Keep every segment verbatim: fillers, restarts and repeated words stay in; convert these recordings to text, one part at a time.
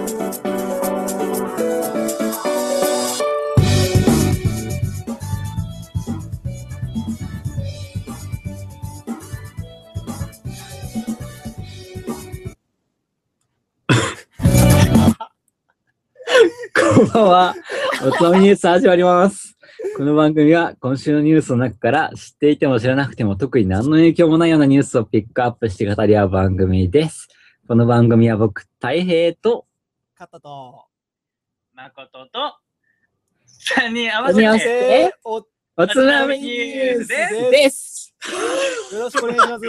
こんばんは。おつまみニュース始まります。この番組は今週のニュースの中から知っていても知らなくても特に何の影響もないようなニュースをピックアップして語り合う番組です。この番組は僕、たい平と、 カタと、 まことと、さんにん合わせて、 おおつまみニュースです。 よろしくお願いします。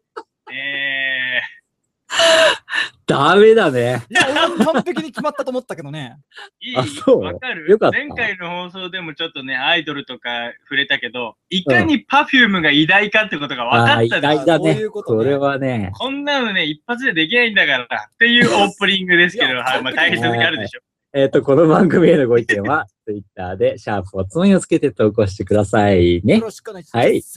えダメだね。 いや、俺完璧に決まったと思ったけどね。 ー、いいあそうわかるよかった前回の放送でもちょっとね、アイドルとか触れたけど、いかに Perfume が偉大かってことが分かったあー、 で偉大だね。 そういうことねこれはね。 こんなのね、一発でできないんだからっていうオープニングですけど、 いやはい、まあ大変な時あるでしょ。 えっと、この番組へのご意見は、Twitter で、シャープおつまみをつけて投稿してくださいよね。 ろしくお願いします。 はい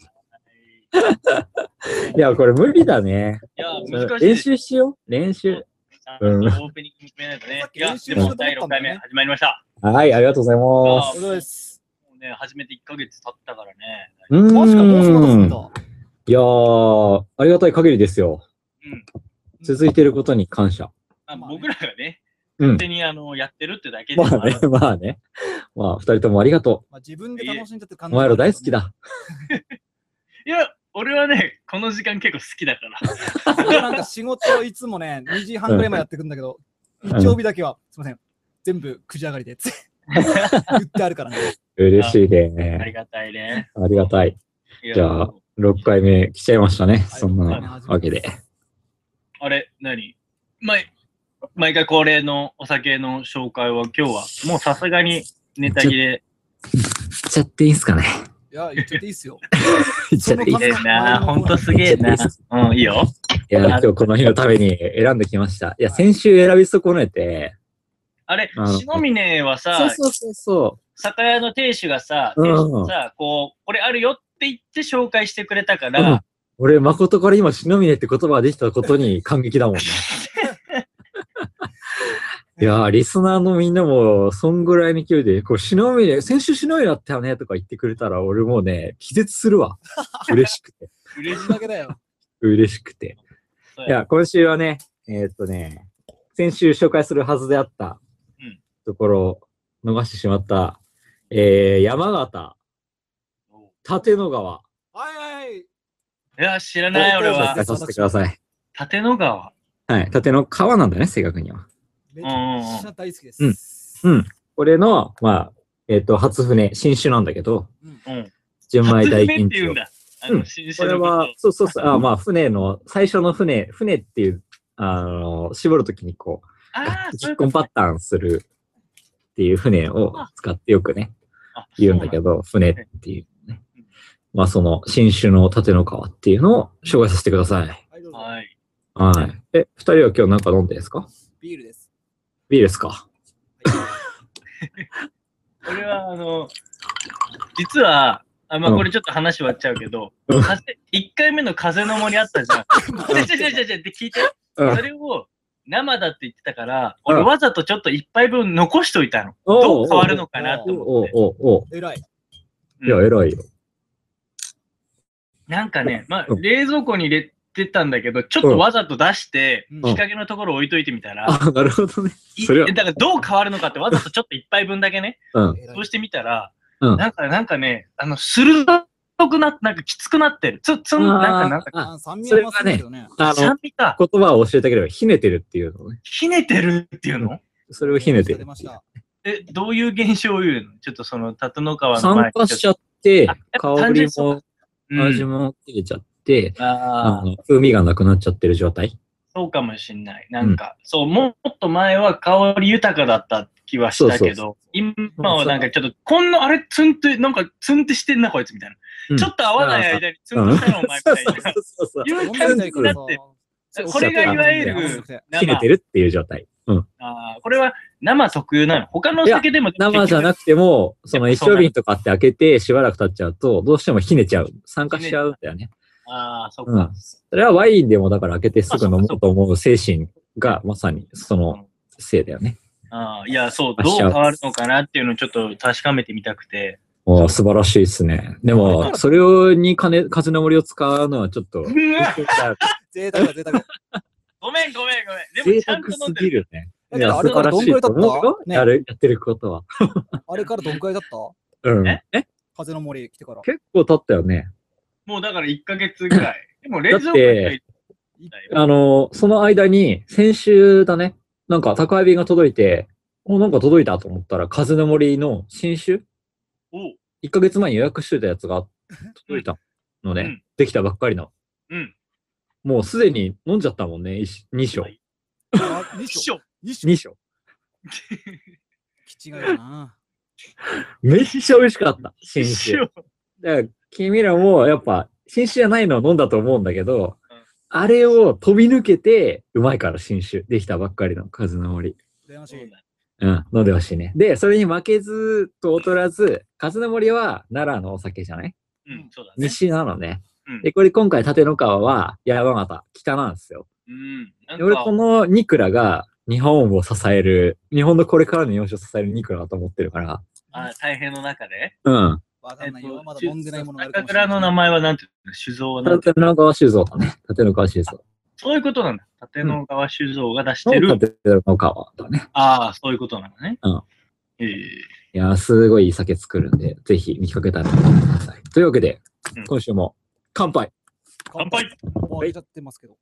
いや、これ無理だね。 いや、難しい練です。 習しよう。練習。うんオープニング決めないとね。いや、でもだいろっかいめ始まりました。 はい、ありがとうございあまそうです。 もうね、始めていっかげつ経ったからね。 す。うーん。 マジか、もうそんなことすいやー、ありがたい限りですよ。 うん。 続いてることに感謝。 まあ、僕らがね、 うん勝。手にあのやってるってだけでまあもあるね、まあね。まあ、二人ともありがとまあ、自分で楽しんでってう。 感お前ら大好き。だ。 いや、俺はね、この時間結構好きだから。 俺なんか仕事いつもね、にじはんぐらいまでやってくんだけど、日曜日だけは、すいません、全部くじ上がりでって言ってあるからね。 嬉しいありね。 がたいね。 ありがたい。 いやじゃあ、ろっかいめ来ちゃいましたね。そんはないわけで。 あれ、何毎毎回恒例のお酒の紹介は今日はもうさすがにネタ切れ。 言っちゃっていいんすかね。 いや、言っちゃっていいっすよ。 言っちゃっていいっすすげえな、ほんとすげえな。うん、いいよ。 いや、今日この日のために選んできました。いや、先週選び損ねて。 あれ、 あの篠峰はさ、 そうそうそうそ酒屋の亭主がさ、 うん亭主がさ、こう、これあるよって言って紹介してくれたかう。うんら、 俺、誠から今、篠峰って言葉ができたことに感激だもんね。いやー、リスナーのみんなも、そんぐらいの勢いで、こう、篠峰、先週篠峰だったよねとか言ってくれたら、俺もうね、気絶するわ。嬉しくて。 嬉しい。 だけだよ。 嬉しくて。 そういや、今週はね、えーっとね、先週紹介するはずであったうんところを逃してしまった、えー、山形、立野川、 はいはい。 いや、知らない、俺紹は介。させてください。 立野川。 はい、立野川なんだね、正確には。 めちゃくちゃ大好きです。 うんうん。これの、まあ、えーっと、初船、新種なんだけど、 うん。 純米初大吟醸。 船って言うんだ。あの、 うん新こ種のことれは、そうそうそう、あまあ、船の、最初の船、船っていう、あの、絞るときにこう、 ああ、そう結いうこと婚パターンするっていう船を使ってよくね、 あ言うんだけそうど、船っていうね。まあその新種の立野川っていうのを紹介させてください。 はい、どうぞ。 なんだはい。 はい。え、二人は今日なんか飲んでんですか？ ビールです。 ビールですか？ 俺は、あの、実は、あ、まあ、これちょっと話割っちゃうけど、 うん風一回目の風の森あったじゃん。ちょちょちょちょって聞いて。 うんそれを生だって言ってたから、俺うんわざとちょっと一杯分残しといたの。 おうどう変わるのかなとお思って。 おおおえらい。 いや、 うん偉いよ。 なんかね、まあ、 うん冷蔵庫に入れてたんだけど、ちょっとわざと出して、 うん日陰のところ置いといてみたら、 あ、なるほどね。 いそれはだからどう変わるのかってわざとちょっと一杯分だけね、 うん。 えらいそうしてみたら、 うんなんか、なんかね、あの、鋭くなって、なんかきつくなってる。つ、つん、なんか、なんか、 ああ酸味はますけどね。 あの酸、味か。 言葉を教えてあげれば、ひねてるっていうのね。 ひねてるっていうのそれをひねてる出。ました。 え、どういう現象を言うのちょっとその、立野川の酸前化しちゃってあ、 香単純りにそうもうん味も切れちゃって、あああ、 の風味がなくなっちゃってる状態。 そうかもしんない。なんか、そう、もっと前は香り豊かだった気はしたけど、 そう今はなんかちょっと、こんな、あれ、ツンって、なんかツンってしてんな、こいつみたいな。 うんちょっと合わない間にツンとしたの、お前みたいな。 そうそうそういう感じになってる。これがいわゆる生切れて。るっていう状態。うん。 あーこれは生特有なの。他のお酒でも生じゃなくても、その一升瓶とかって開けてしばらく経っちゃうと、どうしてもひねちゃう。酸化しちゃうんだよね。 ああ、そっかうん。。それはワインでもだから開けてすぐ飲もうと思う精神がまさにそのせいだよね。 ああ、いや、そう、どう変わるのかなっていうのをちょっと確かめてみたくて。 おー素晴らしいですね。でも、それをに金、風の森を使うのはちょっと、 贅沢だ、贅沢。 ごめん、ごめん、ごめん。でも贅ちゃんと沢す飲んでる。 ぎるね。 だけどあれからどんぐらい経った素晴らしいと思うよねやるやってることは。 あれからどんくらい経ったうん。 ええ風の森来てから。 結構経ったよね。 もうだからいっかげつぐらい。でも冷蔵庫だってあの、その間に、先週だね、なんか宅配便が届いて、お、なんか届いたと思ったら、風の森の新酒おう。 いっかげつまえに予約してたやつが届いたのね。 うんできたばっかりの。 うん。 もうすでに飲んじゃったもんね、に章。 はいあ二一章。 緒。 二章。 に章。 気違いだな。 めっちゃ美味しかった、新一酒。 緒。 だから君らもやっぱ、新酒じゃないのを飲んだと思うんだけど、 うんあれを飛び抜けて、うまいから新酒。できたばっかりの風の森。 羨ましい。 うん、飲んでほしいね。で、それに負けずと劣らず、風の森は奈良のお酒じゃないうん、そうだね。 西なのね。 うんで、これ今回立野川は山形、北なんですよ。 うん。なんで俺かこのニクラが日本を支える、日本のこれからの日本酒を支えるニクラだと思ってるから。 あ、大変の中で。 うん。 わかんないよ。 えっとまだ飲んでないものがあるかもしれない。 酒蔵の名前はなんていうの酒造はなんていう立の野川酒造だね。立野川酒造。 そういうことなんだ。立野川酒造が出してる。 の立野川だね。 ああ、そういうことなのね。 うん。 ええいやー、すごいいい酒作るんで、ぜひ見かけたら飲んでください。というわけで、 うん今週も乾杯。 乾杯。 もう開けちゃってますけど。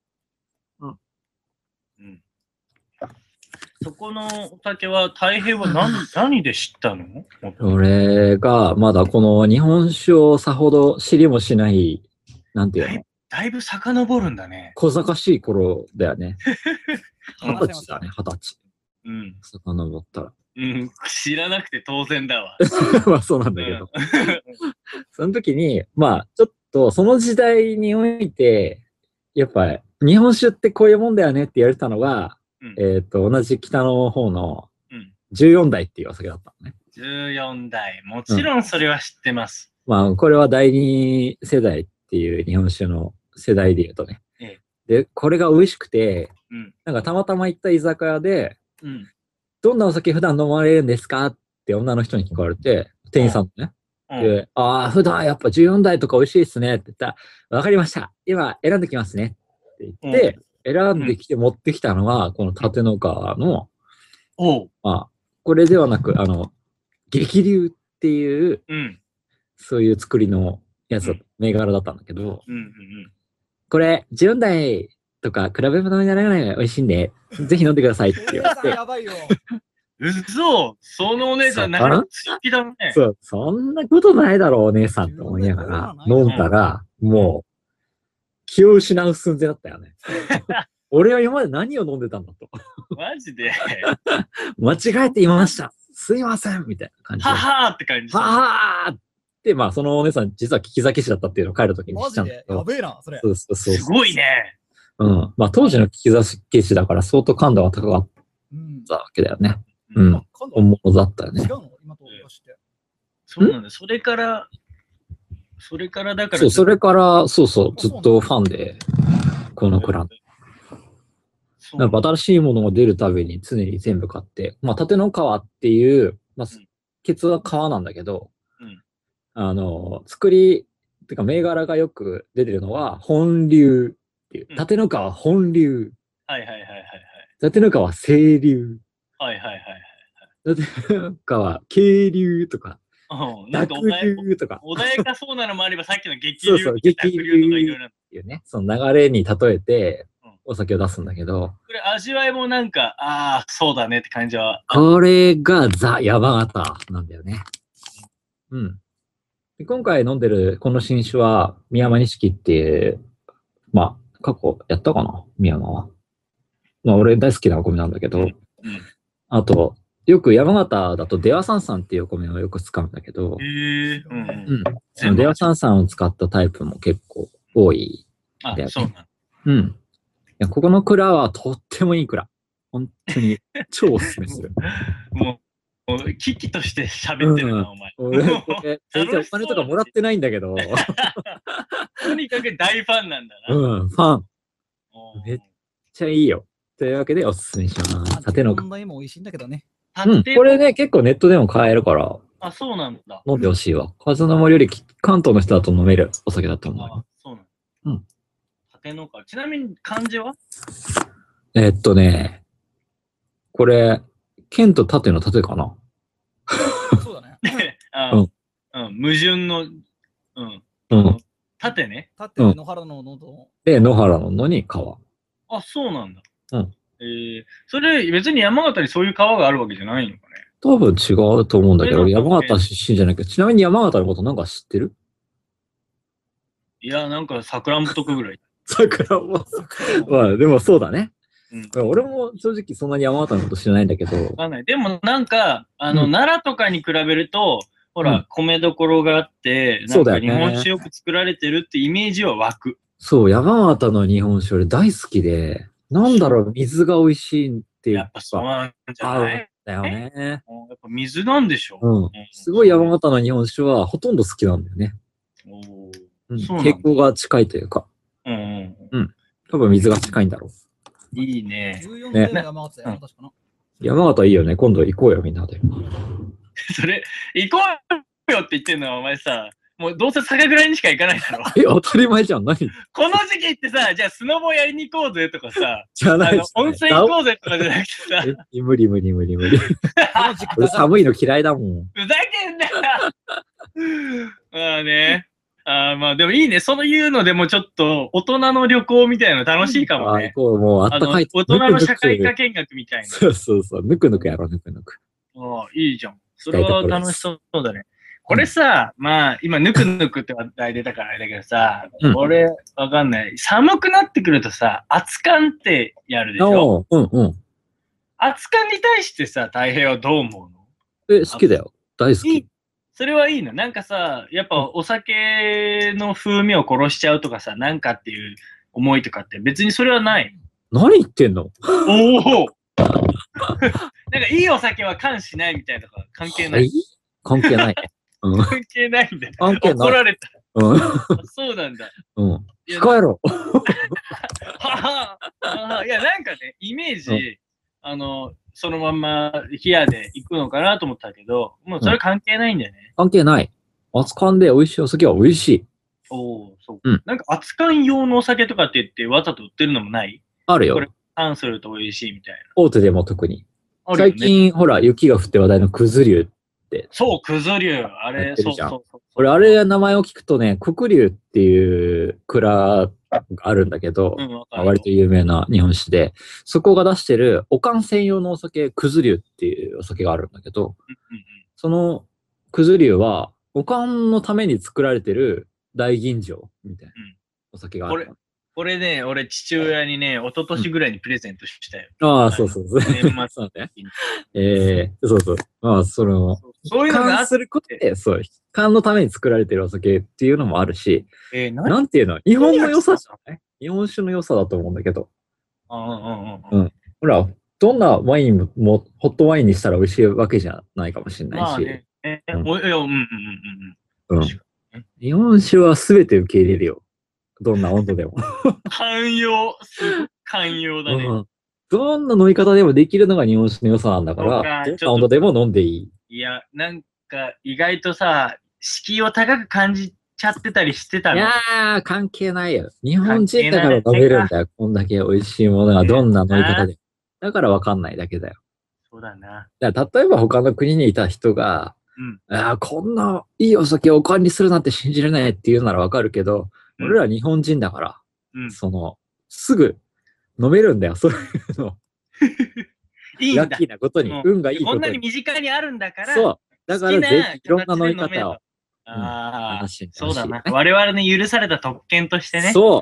うん。そこのお酒は大変は何何で知ったの？ 俺がまだこの日本酒をさほど知りもしない、なんていうの、 だいぶ遡るんだね。 小賢しい頃だよね。 うん二十歳だね、二十歳。 うん。 遡ったら。 うん。知らなくて当然だわ。 まあそうなんだけど。その時に、まあちょっとその時代において、やっぱ日本酒ってこういうもんだよねって言われたのが、 うんえっ、と、同じ北の方のうんじゅうよん代っていうお酒だったのね。 じゅうよん代。もちろんそれは知ってます。 まあこれは第二世代っていう日本酒の世代で言うとね。 ええで、これが美味しくて、 うん。 なんかたまたま行った居酒屋で、 うん。 どんなお酒普段飲まれるんですかって女の人に聞かれて、店員さんとね。 うん。 で、ああ、普段やっぱじゅうよん代とか美味しいですねって言ったら、わかりました。今選んできますねって言って、選んできて持ってきたのは、この立野川の、 おう。 まあ、これではなく、あの、激流っていう、 うん。 そういう作りのやつだうん銘柄だったんだけど、 うん。うん。 これ、じゅうよん代とか比べ物にならないぐらい美味しいんで、ぜひ飲んでくださいって言われて、 やばいよ。 うそそのお姉さん、なかなか強気だね。 そう、そんなことないだろう、お姉さんと思いながら、飲んだら、もう、気を失う寸前だったよね。俺は今まで何を飲んでたんだと。 マジで。 間違えていました。すいませんみたいな感じで。 はははーって感じ。 はーって、まあ、そのお姉さん、実は聞き酒師だったっていうのを帰るときに知っマジでたんだけど。 やべえな、それ。 そうそうそう。 すごいね。 うん。まあ、当時の聞き酒師だから相当感度が高かっうん。 たわけだよね。うん。 今度本物だったよね違う。の今と昔って。 そうなんだ。それから、それからだから。 そう、それから、そうそう、ずっとファンで、このクラン。 そうなんか新しいものが出るたびに常に全部買って、まあ、立野川っていう、まあうん、 ケツは川なんだけど、 うんあの、作り、てか銘柄がよく出てるのは、本流っていううん。 立野川本流。 はいはいはいはい立野川清流。 はい。はいはいはい立野川渓流とか、 はい。うん。なんか濁穏や流とか穏やかそうなのもあれば、さっきの激流そうそうとか濁流とかいろいろ。 っていうね、その流れに例えてうんお酒を出すんだけど、 これ味わいもなんか、ああ、そうだねって感じは。 これがザ・山形なんだよね。うん。で今回飲んでるこの新酒は、宮山錦っていう、まあ、過去やったかな宮山は。まあ、俺大好きなお米なんだけど、 うん。 あと、よく山形だと出羽三々っていうお米をよく使うんだけど、 へえ。うん。 ううん。 ん。その出羽三々を使ったタイプも結構多い。 あだよね、 そうなんだ。 うん。いや、ここの蔵はとってもいい蔵。本当に超おすすめする。 もう、もう危機として喋ってるな、お前。 俺、これ、全然お金とかもらってないんだけど、 とにかく大ファンなんだな。 うん、ファン。 おーめっちゃいいよ。 というわけでおすすめします。縦の問題も美味しいんだけどね。 うん、これね、結構ネットでも買えるから、 あ、そうなんだ。 飲んでほしいわ。風の森より関東の人だと飲めるお酒だと思う。 あ、そうなんだ。 うん。 縦のか。ちなみに漢字はえーっとね、これ、剣と縦の縦かな。 そうだね。 あ、 うんうん。矛盾の、うん。 うん。 縦ね。 縦で野原の喉。 で、野原の野に川。 あ、そうなんだ。 うん。 えー、それ別に山形にそういう川があるわけじゃないのかね。 多分違うと思うんだけど、 えなんか山形出身じゃないけど、ちなみに山形のことなんか知ってる？ いや、なんか桜んぼとくぐらい。 桜も。まあ、でもそうだね。 うん、 俺も正直そんなに山形のこと知らないんだけど。 わかんない。でもなんか、あの、 うん奈良とかに比べると、ほら、 うん、 米どころがあって、なんか日本酒よく作られてるってイメージは湧く。 そう、山形の日本酒俺大好きで、なんだろう、水が美味しいっていうか。 やっぱそうなんじゃないだよね。 やっぱ水なんでしょ。 うん。すごい山形の日本酒はほとんど好きなんだよね。 おうん、 そうなんだ。 傾向が近いというか。 うんうん。 うん。多分水が近いんだろう。いいね。 じゅうよんで山形だよ、確かな。 山形いいよね。今度行こうよ、みんなで。 それ、行こうよって言ってんのはお前さ、もうどうせ酒蔵にしか行かないだろ。 え、当たり前じゃん。何この時期ってさ、じゃあスノボやりに行こうぜとかさ、 じゃないあの温泉行こうぜとかじゃなくてさ、 え無理無理無理無理。俺寒いの嫌いだもん。 ふざけんなよまあね。あまあでもいいね。そういうのでもちょっと大人の旅行みたいなの楽しいかもね。 あ、こう、もうあったかい。 大人の社会科見学みたいな。 そうそうそう。ぬくぬくやろう、ぬくぬく。 ああ、いいじゃん。それは楽しそうだね。これさ、うん、まあ、今、ぬくぬくって話題出たからあれだけどさ、うん、俺、わかんない。寒くなってくるとさ、熱燗ってやるでしょ。 うんうん。 熱燗に対してさ、太平はどう思うの？え、好きだよ。大好き。 いいそれはいいの。なんかさ、やっぱお酒の風味を殺しちゃうとかさ、なんかっていう思いとかって別にそれはない。 何言ってんの？ おおなんかいいお酒は缶しないみたいなとか関係ない。はい、 関係ない。 うん、関係ないんだよ。 関係ない。 怒られた。 うん、 そうなんだ。 うん。控えろ。 はは。いや、なんかね、イメージ、うん、あの、そのまんま冷やで行くのかなと思ったけど、もうそれ関係ないんだよね。 うん、関係ない。熱燗で美味しいお酒は美味しい。 おお、そう。 うん、 なんか熱燗用のお酒とかって言ってわざと売ってるのもない？ あるよ。 これ、缶すると美味しいみたいな。 大手でも特に。ね、最近、ほら、雪が降って話題のくず竜って。 そう、くず竜。あれ、そうそうそう。 俺、あれ、名前を聞くとね、黒竜っていう蔵があるんだけど、うん、割と有名な日本酒で、そこが出してる、おかん専用のお酒、くず竜っていうお酒があるんだけど、うんうんうん、そのくず竜は、おかんのために作られてる大吟醸みたいなお酒がある。 うん、俺ね、俺父親にね、一昨年ぐらいにプレゼントしたよ。 うん、ああ、そうそうそう。年末そうね。ええー、そうそう。まあ、その、 そういうのがすることで、そう、缶のために作られてるお酒っていうのもあるし、 えー、 なんていうの、日本の良さじゃない？日本酒の良さだと思うんだけど。 うんうんうんうん。 うん。ほら、どんなワインも、ホットワインにしたら美味しいわけじゃないかもしれないし。まあね。 えー、うん、おいや、うんうんうんうん。うん。日本酒は全て受け入れるよ。どんな温度でも。 寛容、すごい寛容だね、うん。 どんな飲み方でもできるのが日本酒の良さなんだから、どんな温度でも飲んでいい。 いや、なんか意外とさ、敷居を高く感じちゃってたりしてたの。 いやー、関係ないよ。日本人だから飲めるんだよ。こんだけ美味しいものがどんな飲み方で。だから分かんないだけだよ。 そうだな。 だから例えば他の国にいた人が、うん、あこんないいお酒を管理するなんて信じれないっていうなら分かるけど、うん、俺ら日本人だから、うん、その、すぐ飲めるんだよ、そういうの。 いいんだ。 ラッキーなことに、運がいいことに。 こんなに身近にあるんだから、 そう。だからぜひいろんな飲み方を。 ああ、そうだな。我々の許された特権としてね。 そう。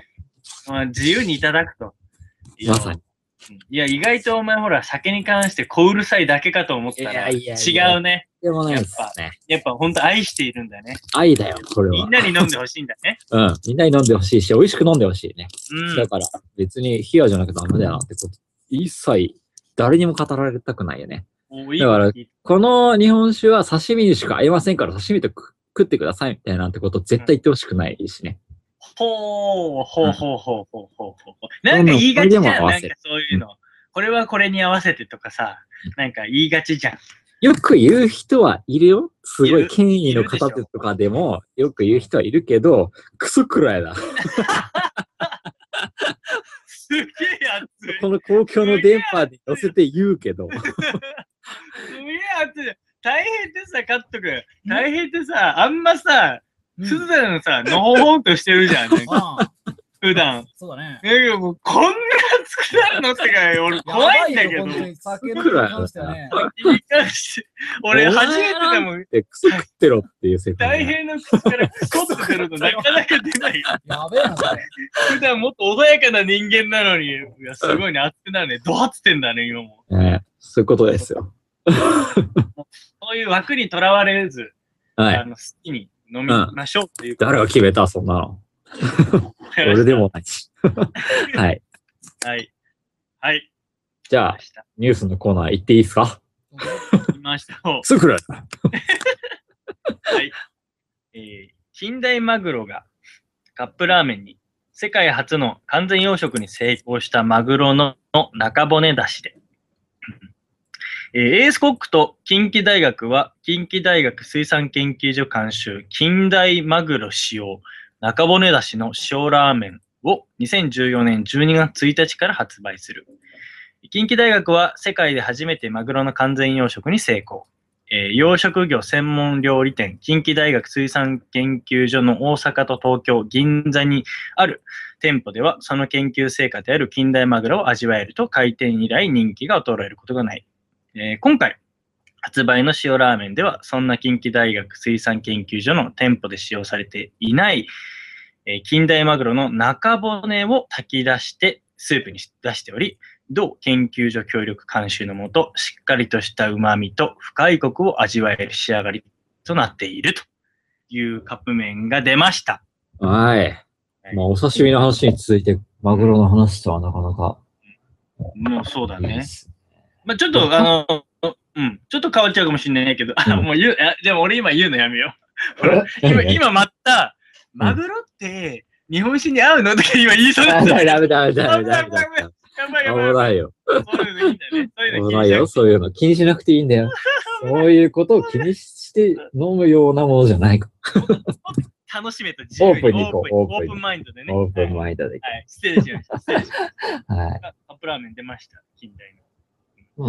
まあ、自由にいただくと。 まさに。 いや、意外とお前ほら、酒に関して小うるさいだけかと思ったら、違うね。 でもないですね。 やっぱ本当愛しているんだね。 愛だよ、これは。 みんなに飲んでほしいんだね。 うん。みんなに飲んでほしいし、美味しく飲んでほしいね。うん。だから、別に冷やじゃなくてダメだよなってこと。一切、誰にも語られたくないよね。だから、この日本酒は刺身にしか合いませんから、刺身と食ってくださいみたいなってこと絶対言ってほしくないしね。 ほう、ほうほうほうほうほうほう。なんか言いがちじゃん、なんかそういうの。 これはこれに合わせてとかさ、なんか言いがちじゃん。 よく言う人はいるよ。すごいるい権威の方とかでもよく言う人はいるけど、クソくらいだ。 すげえ熱い。 この公共の電波に乗せて言うけど。 すげえ熱い。大変ってさ、カット君。大変ってさ、あんまさ、普段さ、のほほんとしてるじゃん。なんか普段。 そうだね。 だけどもうこんな熱くなるのってか、俺怖いんだけど。 やばいよ本当に酒に関してはね。 に関して俺初めてだもん。 で、クソ食ってろっていう世界。 大変な口からクソって出るとなかなか出ないよ。 やべえな、それ。 普段もっと穏やかな人間なのに、いやすごいね、熱くなるね。ドハってんだね、今も。 ね、そういうことですよ。 そういう枠にとらわれず、 はい、 あの好きに飲みましょうっていう、うん。 誰が決めた、そんなの。俺でもないし。はい。 はい。はい。 じゃあ、ニュースのコーナー行っていいですか？ 行きましょう。 すぐらい。 はい。えー、近代マグロがカップラーメンに世界初の完全養殖に成功したマグロの中骨出しで。えー、エースコックと近畿大学は近畿大学水産研究所監修近代マグロ使用中骨出しの塩ラーメンをにせんじゅうよねんじゅうにがつついたちから発売する。近畿大学は世界で初めてマグロの完全養殖に成功。えー、養殖魚専門料理店近畿大学水産研究所の大阪と東京、銀座にある店舗ではその研究成果である近代マグロを味わえると開店以来人気が衰えることがない。えー、今回発売の塩ラーメンではそんな近畿大学水産研究所の店舗で使用されていないえー、近代マグロの中骨を炊き出してスープに出しており、同研究所協力監修のもと、しっかりとした旨味と深いコクを味わえる仕上がりとなっているというカップ麺が出ました。 はい。はい、まあ、お刺身の話に続いて、マグロの話とはなかなか。 もうそうだね。いいまあ、ちょっと、あの、うん、ちょっと変わっちゃうかもしれないけど、あ、もう言う、でも俺今言うのやめよう。今、今また、マグロって日本酒に合うのとか今言いそうだった。 ダメダメダメダメダメ。危ないよ。危ないよ。そういうの気にしなくていいんだよ。そういうことを気にして飲むようなものじゃないか。 楽しめと自由にオープンに行こう。 オープンマインドでね。 オープンマインドで。 はい。失礼しました。失礼しました。はい。カップラーメン出ました。近代の。うん。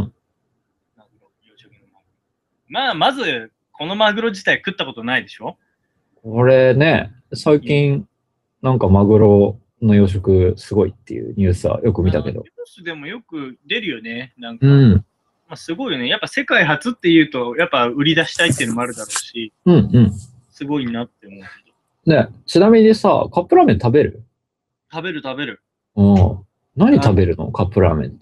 まあ、まず、このマグロ自体食ったことないでしょ？ これね、最近、なんかマグロの養殖すごいっていうニュースはよく見たけど。ニュースでもよく出るよね。なんか、 うん、 まあ、すごいよね。やっぱ世界初っていうと、やっぱ売り出したいっていうのもあるだろうし、 うんうん、 すごいなって思うけど。ね、ちなみにさ、カップラーメン食べる？ 食べる食べる。 うん。何食べるの？カップラーメンって。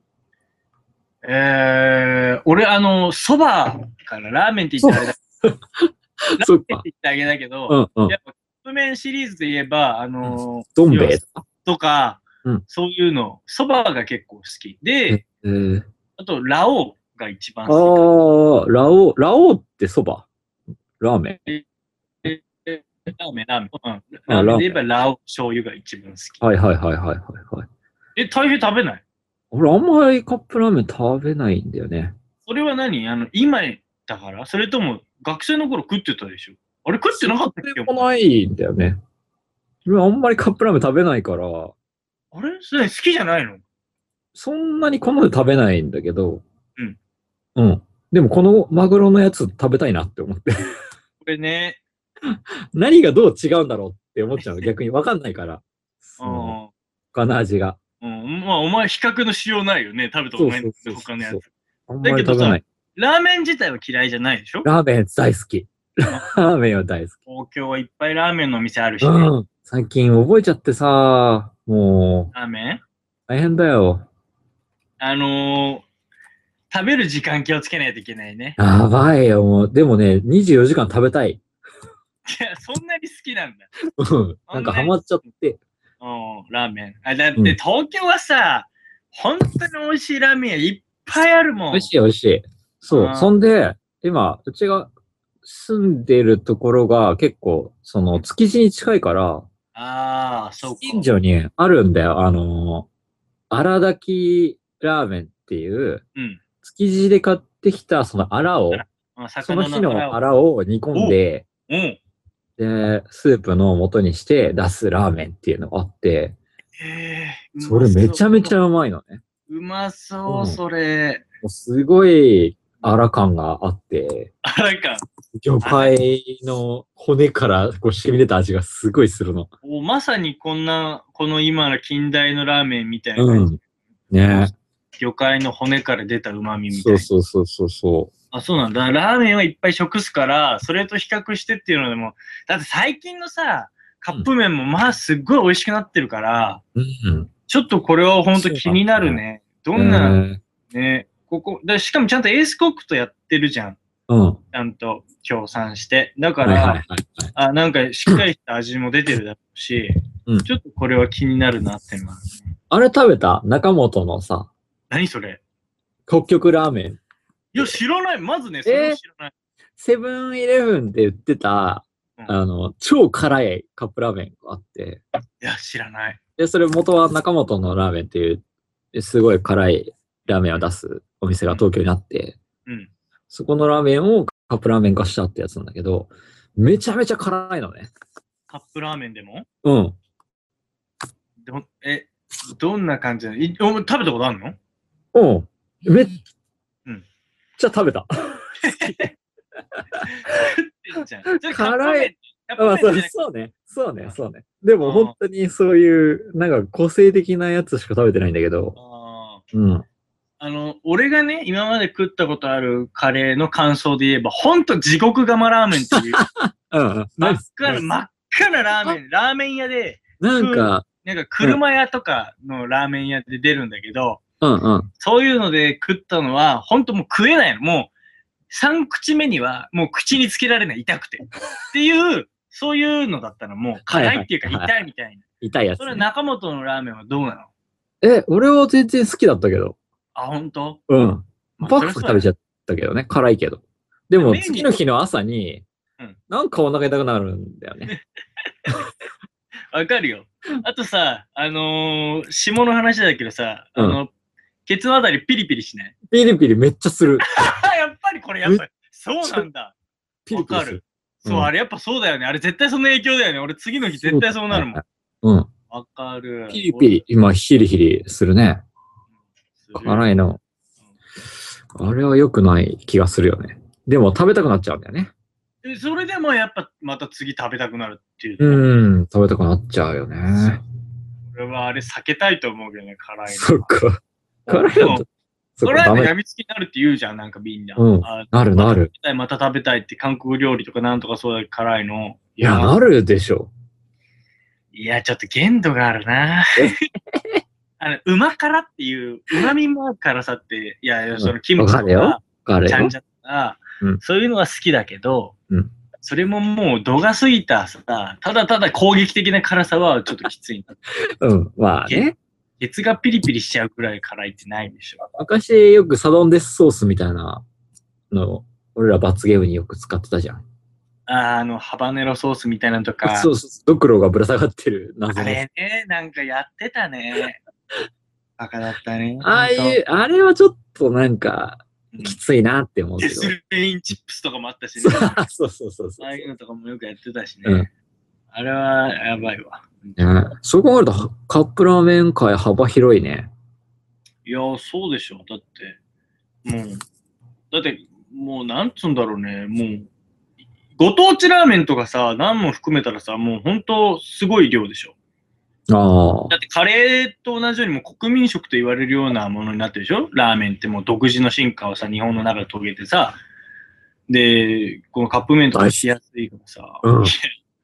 えー、俺、あの、そばからラーメンって言ったらあれだ。ラーメンって言ってあげだけど、うんうん、やっぱカップ麺シリーズで言えば、あのー、 どん兵衛とか、 うん、 そういうの、そばが結構好き。で、 えー、 あと、ラオウが一番好き。ああ、ラオウ、ラオウってそば？ラーメン？ えええラーメン、ラーメン。うん。ラーメンで言えばラオウ醤油が一番好き。 はいはいはいはいはい、はい。 え、大変食べない？ 俺、あんまりカップラーメン食べないんだよね。 それは何？あの、今だからそれとも、学生の頃食ってたでしょ？あれ食ってなかったっけ？ もないんだよね。俺あんまりカップラーメン食べないから。 あれそれ好きじゃないの？ そんなに好んで食べないんだけど。 うん。 うん。でもこのマグロのやつ食べたいなって思って。これね。 何がどう違うんだろうって思っちゃうの。逆に分かんないから。その他の味が。 うん。まあ、お前比較のしようないよね。食べたことないんですよ、他のやつ。 あんまり食べない。 ラーメン自体は嫌いじゃないでしょ？ ラーメン大好き。ラーメンは大好き。 東京はいっぱいラーメンのお店あるしね。 うん。最近覚えちゃってさ、もう。 ラーメン？ 大変だよ。 あのー、食べる時間気をつけないといけないね。 やばいよ、もう。でもね、にじゅうよじかん食べたい。 いや、そんなに好きなんだ。 うん。なんかハマっちゃって。 うん、ラーメン。あ、だって東京はさ、うん、本当に美味しいラーメン屋いっぱいあるもん。 美味しい美味しい。そう。そんで、今、うちが住んでるところが結構、その、築地に近いから、 ああ、そうか。 近所にあるんだよ。あの、荒炊きラーメンっていう、 うん。 築地で買ってきたそのアラを、 あその日のア魚ラを煮込んで、 おうん。 で、スープの素にして出すラーメンっていうのがあって、 ええー、 それめちゃめちゃ。 ゃうまいのね。 うまそう、 うんそれ。 もうすごいアラ感があって、 あらか。 魚介の骨からこう染み出た味がすごいするの。 おまさにこんな、この今の近代のラーメンみたいなうん。ね魚介の骨から出た旨味みたいな。 そうそうそうそうそう。 あ、そうなんだ。ラーメンはいっぱい食すから、それと比較してっていうのでも、だって最近のさ、カップ麺もまあすっごい美味しくなってるから、 うん。 ちょっとこれは本当気になるね。どんな、 えー、 ね、ここ、だしかもちゃんとエースコックとやってるじゃん。 うん。 ちゃんと協賛して。だから、 はいはいはいはい、 あ、なんかしっかりした味も出てるだろうし、 うん、 ちょっとこれは気になるなっていうのはあるね。 あれ食べた中本のさ、 何それ北極ラーメン。 いや、知らない。まずね、それを知らない。 セブンイレブンで売ってた、うん、あの、超辛いカップラーメンがあって。 いや、知らない。 で、それ元は中本のラーメンっていう、すごい辛いラーメンを出すお店が東京にあって、 うん。 そこのラーメンをカップラーメン化したってやつなんだけど、めちゃめちゃ辛いのね。 カップラーメンでもうん。 でも、え、どんな感じなの？いお食べたことあるの？ うん。めっうん。 じゃあ食べた。辛い。あ、そうそうね。そうね。そうね。でも本当にそういう、なんか個性的なやつしか食べてないんだけど。 あうん。 あの、俺がね、今まで食ったことあるカレーの感想で言えば、ほんと地獄釜ラーメンっていう。 うんうん。 真っ赤な、真っ赤なラーメン、ラーメン屋で、 なんか、 なんか車屋とかのラーメン屋で出るんだけど、 うんうん。 そういうので食ったのは、ほんともう食えないの。もう、三口目にはもう口につけられない、痛くて。っていう、そういうのだったらもう辛いっていうか痛いみたいな。 痛いやつ、ね。 それ中本のラーメンはどうなの？ え、俺は全然好きだったけど。 あ、ほんと？ うん。パクパク食べちゃったけどね。辛いけど。でも次の日の朝に、うん、なんかお腹痛くなるんだよね。 わかるよ。あとさ、あのー、下の話だけどさ、あの、うん、ケツのあたりピリピリしない？ ピリピリめっちゃする。 やっぱりこれ、やっぱり、そうなんだ。ピリピリわかる。そう、うん、あれやっぱそうだよね。あれ絶対その影響だよね。俺次の日絶対そうなるもん。 うん。 わかる。 ピリピリ、今ヒリヒリするね。辛いの。あれは良くない気がするよね。でも食べたくなっちゃうんだよね。 え、それでもやっぱまた次食べたくなるっていう。 うん、食べたくなっちゃうよね。 俺はあれ避けたいと思うけどね、辛いの。 そっか。辛いの。 それはやみつきになるって言うじゃん、なんかみんな。 うん。なるなる。 また食べたいって韓国料理とかなんとかそうだけど辛いの。 いや、なるでしょ。 いや、ちょっと限度があるな。あの、うま辛っていう、うまみも辛さって、いや、そのキムチとか、ちゃんじゃとか、そういうのは好きだけど、うん、それももう度が過ぎたさ、ただただ攻撃的な辛さはちょっときついな。 うん、まあね。 ケツがピリピリしちゃうくらい辛いってないんでしょ。 昔よくサドンデスソースみたいなの、俺ら罰ゲームによく使ってたじゃん。 あ, あの、ハバネロソースみたいなのとか。 そうそう、ドクロがぶら下がってる謎の。 あれね、なんかやってたね。バカだったね。 ああいう、あれはちょっとなんか、きついなって思うけど。 デスレインチップスとかもあったしね。 そうそうそうそう。 ああいうのとかもよくやってたしね。うん、あれはやばいわ。 ね、そう考えるとカップラーメン界幅広いね。 いや、そうでしょ。だって、もう、だって、もうなんつうんだろうね。もう、ご当地ラーメンとかさ、何も含めたらさ、もう本当すごい量でしょ。 ああ。 だってカレーと同じようにも国民食と言われるようなものになってるでしょ。ラーメンってもう独自の進化をさ、日本の中で遂げてさ、で、このカップ麺とかしやすいからさ、うん、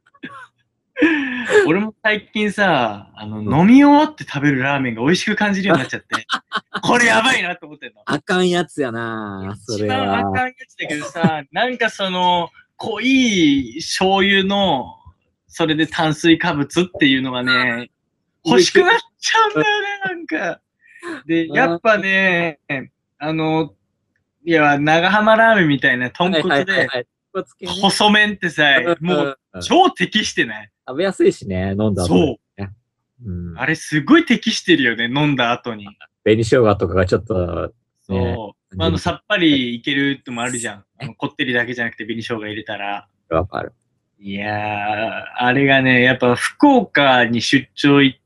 俺も最近さ、あの、うん、飲み終わって食べるラーメンが美味しく感じるようになっちゃって、これやばいなと思ってんの。 あかんやつやなそれは。 一番あかんやつだけどさ、なんかその、濃い醤油の、それで炭水化物っていうのがね、欲しくなっちゃうんだよね、なんか。で、やっぱね、あの、いや、長浜ラーメンみたいな豚骨で、細麺ってさ、もう超適してない？ 食べやすいしね、飲んだ後。 そう。うん、あれすごい適してるよね、飲んだ後に。 紅生姜とかがちょっと、ね、 そう。まあ、あの、さっぱりいけるってもあるじゃん。あのこってりだけじゃなくて紅生姜入れたら。 わかる。 いやー、あれがね、やっぱ福岡に出張行って、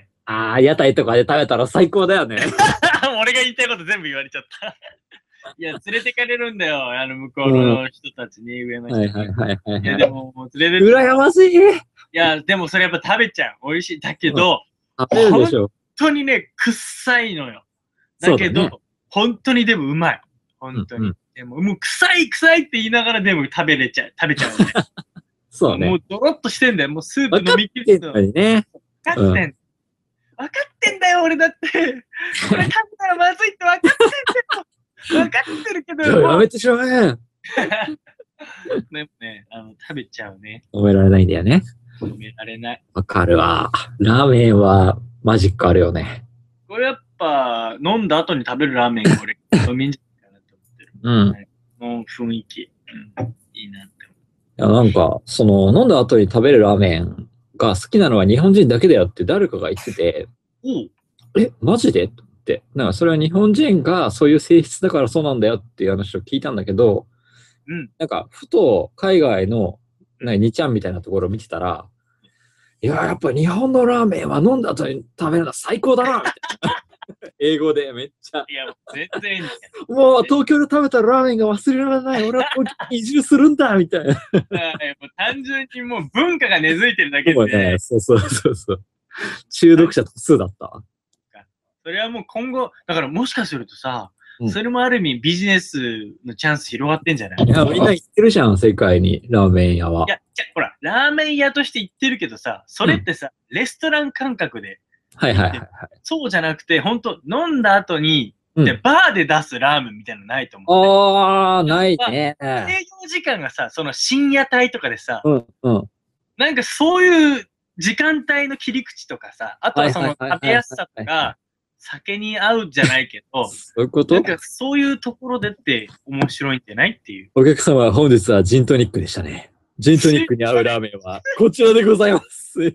ああ、屋台とかで食べたら最高だよね。 俺が言いたいこと全部言われちゃった。いや、連れてかれるんだよ。あの、向こうの人たちに、上の人に。 はいはいはいはい。 いや、でも、もう連れて羨ましい。 いや、でもそれやっぱ食べちゃう。美味しい。だけど、 食べるでしょ。 本当にね、臭いのよ。だけど、 ね、 本当にでもうまい。本当に。うんうん、でも、もう臭い臭いって言いながらでも食べれちゃう。食べちゃうね。 そうね。 もうドロッとしてんだよ。もうスープ飲み切ると。 分かってんのにね。 分かってん。うん、分かってんだよ、俺だって。これ食べたらまずいって分かってんだよ。分かってるけど。 やめてしまえ。 でもね、あの、食べちゃうね。 止められないんだよね。 止められない。 わかるわ。ラーメンはマジックあるよね。 これやっぱ、飲んだ後に食べるラーメンが俺、飲みんじゃないかなと思ってる。 うん。 はい、もう雰囲気、うん。いいなって思う。いや、なんか、その、飲んだ後に食べるラーメンが好きなのは日本人だけだよって誰かが言ってて、 おえ、マジでって。なんかそれは日本人がそういう性質だからそうなんだよっていう話を聞いたんだけど、 うん、なんか、ふと海外のにちゃんみたいなところを見てたら、いや、やっぱ日本のラーメンは飲んだ後に食べるのは最高だなみたいな。英語でめっちゃ。 いや、全然いいんだよ。 もう東京で食べたラーメンが忘れられない。俺は東京に移住するんだみたいな。 もう単純にもう文化が根付いてるだけで、 ね。そうそうそうそう。中毒者多数だった。 それはもう今後、だからもしかするとさ、うん、それもある意味ビジネスのチャンス広がってんじゃない？ いや、みんな行ってるじゃん、世界に、ラーメン屋は。 いや、じゃほら、ラーメン屋として行ってるけどさ、それってさ、うん、レストラン感覚で。 はいはいはい、はい。 そうじゃなくて、本当飲んだ後に、うん、で、バーで出すラーメンみたいなのないと思う、 ね。ああ、ないね。 営業時間がさ、その深夜帯とかでさ、 うんうん、 なんかそういう時間帯の切り口とかさ、あとはその食べやすさとか、酒に合うじゃないけど、 そういうこと？ なんかそういうところでって面白いんじゃないっていう。 お客様、本日はジントニックでしたね。ジントニックに合うラーメンはこちらでございます。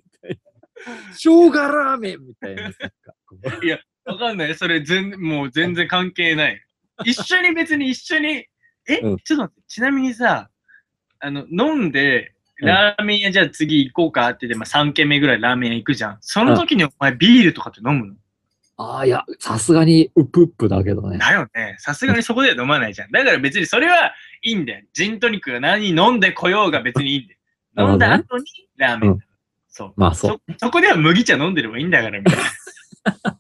生姜ラーメンみたいな。 いや、わかんない。それ全、もう全然関係ない。一緒に別に一緒に、え、うん、ちょっと待って、ちなみにさ、あの、飲んで、ラーメン屋じゃあ次行こうかって言って、まあ、さんけんめぐらいラーメン屋行くじゃん。その時にお前ビールとかって飲むの？ ああ、いや、さすがにウップウップだけどね。 だよね。さすがにそこでは飲まないじゃん。だから別にそれはいいんだよ。ジントニックが何飲んでこようが別にいいんだよ。飲んだ後にラーメン。うん、そう。 まあそうそ。そこでは麦茶飲んでればいいんだから、みたいな。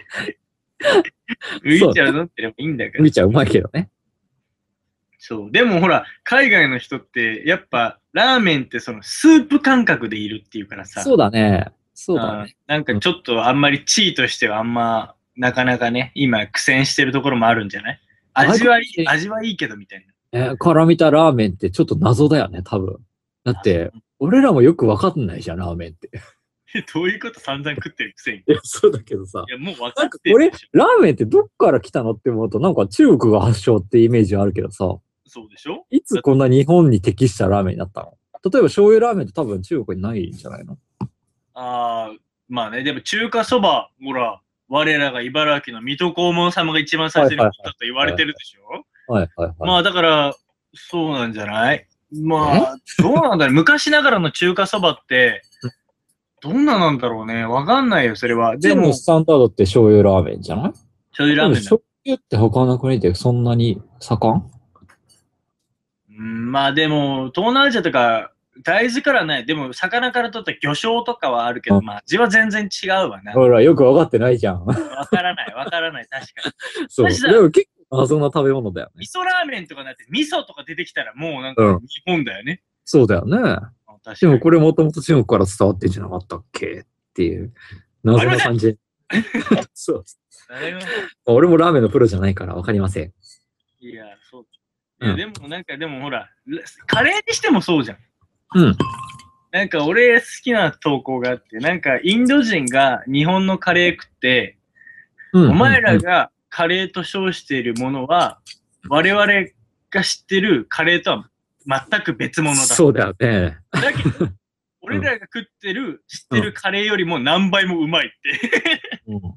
麦茶飲んでればいいんだから。 麦茶うまいけどね。 そう。でもほら、海外の人って、やっぱ、ラーメンってそのスープ感覚でいるっていうからさ。 そうだね。そうだね。 なんかちょっとあんまり地位としてはあんま、なかなかね、今苦戦してるところもあるんじゃない？味はいい、味はいいけどみたいな。えー、から見たラーメンってちょっと謎だよね、多分。だって、俺らもよくわかんないじゃん、ラーメンって。 どういうこと散々食ってるくせに。 いや、そうだけどさ。 いや、もう分かってる。 俺、ラーメンってどっから来たのって思うと、なんか中国が発祥ってイメージあるけどさ。 そうでしょ？ いつこんな日本に適したラーメンになったの？例えば醤油ラーメンって多分中国にないんじゃないの？ ああ、まあね、でも中華そば、ほら、我らが茨城の水戸黄門様が一番最初に来たと言われてるでしょ？ はいはいはい。 まあだから、そうなんじゃない？まあ、どうなんだろう。昔ながらの中華そばって、どんななんだろうね。わかんないよ、それは。 でも、スタンダードって醤油ラーメンじゃない？ 醤油ラーメンだ。 醤油って他の国でそんなに盛ん？ うん、まあでも、東南アジアとか、大豆からない。でも、魚から取った魚醤とかはあるけど、まあ、味は全然違うわな。 ほら、よくわかってないじゃん。 わからない、わからない、確かに。 そう。でも結構謎な食べ物だよね。 味噌ラーメンとかなって、味噌とか出てきたらもうなんか日本だよね。 うん、そうだよね。でもこれもともと中国から伝わってんじゃなかったっけっていう、謎な感じ。そう。俺もラーメンのプロじゃないからわかりません。 いや、そう。いや、でもなんか、でもほら、カレーにしてもそうじゃん。 うん。 なんか俺好きな投稿があって、なんかインド人が日本のカレー食って、うん、お前らがカレーと称しているものは、我々が知ってるカレーとは全く別物だ。 そうだよね。 だけど、俺らが食ってる、知ってるカレーよりも何倍もうまいって。 うん、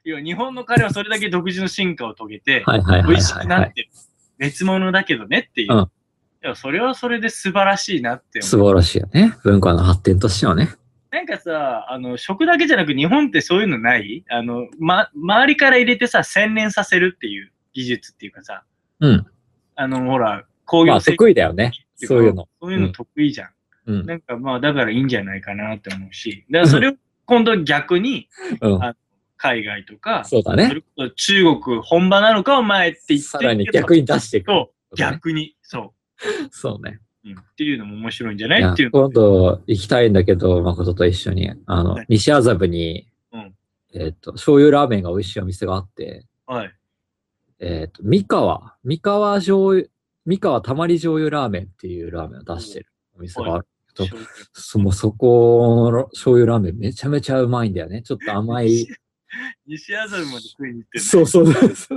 要は日本のカレーはそれだけ独自の進化を遂げて、 はいはいはいはいはい。 美味しくなってる。別物だけどねっていう。 うんでもそれはそれで素晴らしいなって思う。 素晴らしいよね。文化の発展としてはね。 なんかさ、あの、食だけじゃなく日本ってそういうのないあの、ま、周りから入れてさ、洗練させるっていう技術っていうかさ、 うん。 あの、ほら、工まあ業製得意だよね。そういうの。 そういうの得意じゃん。 うん。 なんかまあ、だからいいんじゃないかなって思うし、だからそれを今度逆に、 うん。 あ海外とか、 そうだね。 それこそ中国本場なのかお前って言ってさらに逆に出していく。 そう、逆に、そう。 そうね。 うん、っていうのも面白いんじゃないいやっていう。 今度行きたいんだけど、誠と一緒に。あの、 はい西麻布に、 うん、 えっと、醤油ラーメンが美味しいお店があって、 はい。 えっと、三河、三河醤油、三河たまり醤油ラーメンっていうラーメンを出してるお店がある。とそもそこの醤油ラーメンめちゃめちゃうまいんだよね。ちょっと甘い。 西麻布まで食いに行ってる、ね。 そうそうそうそう。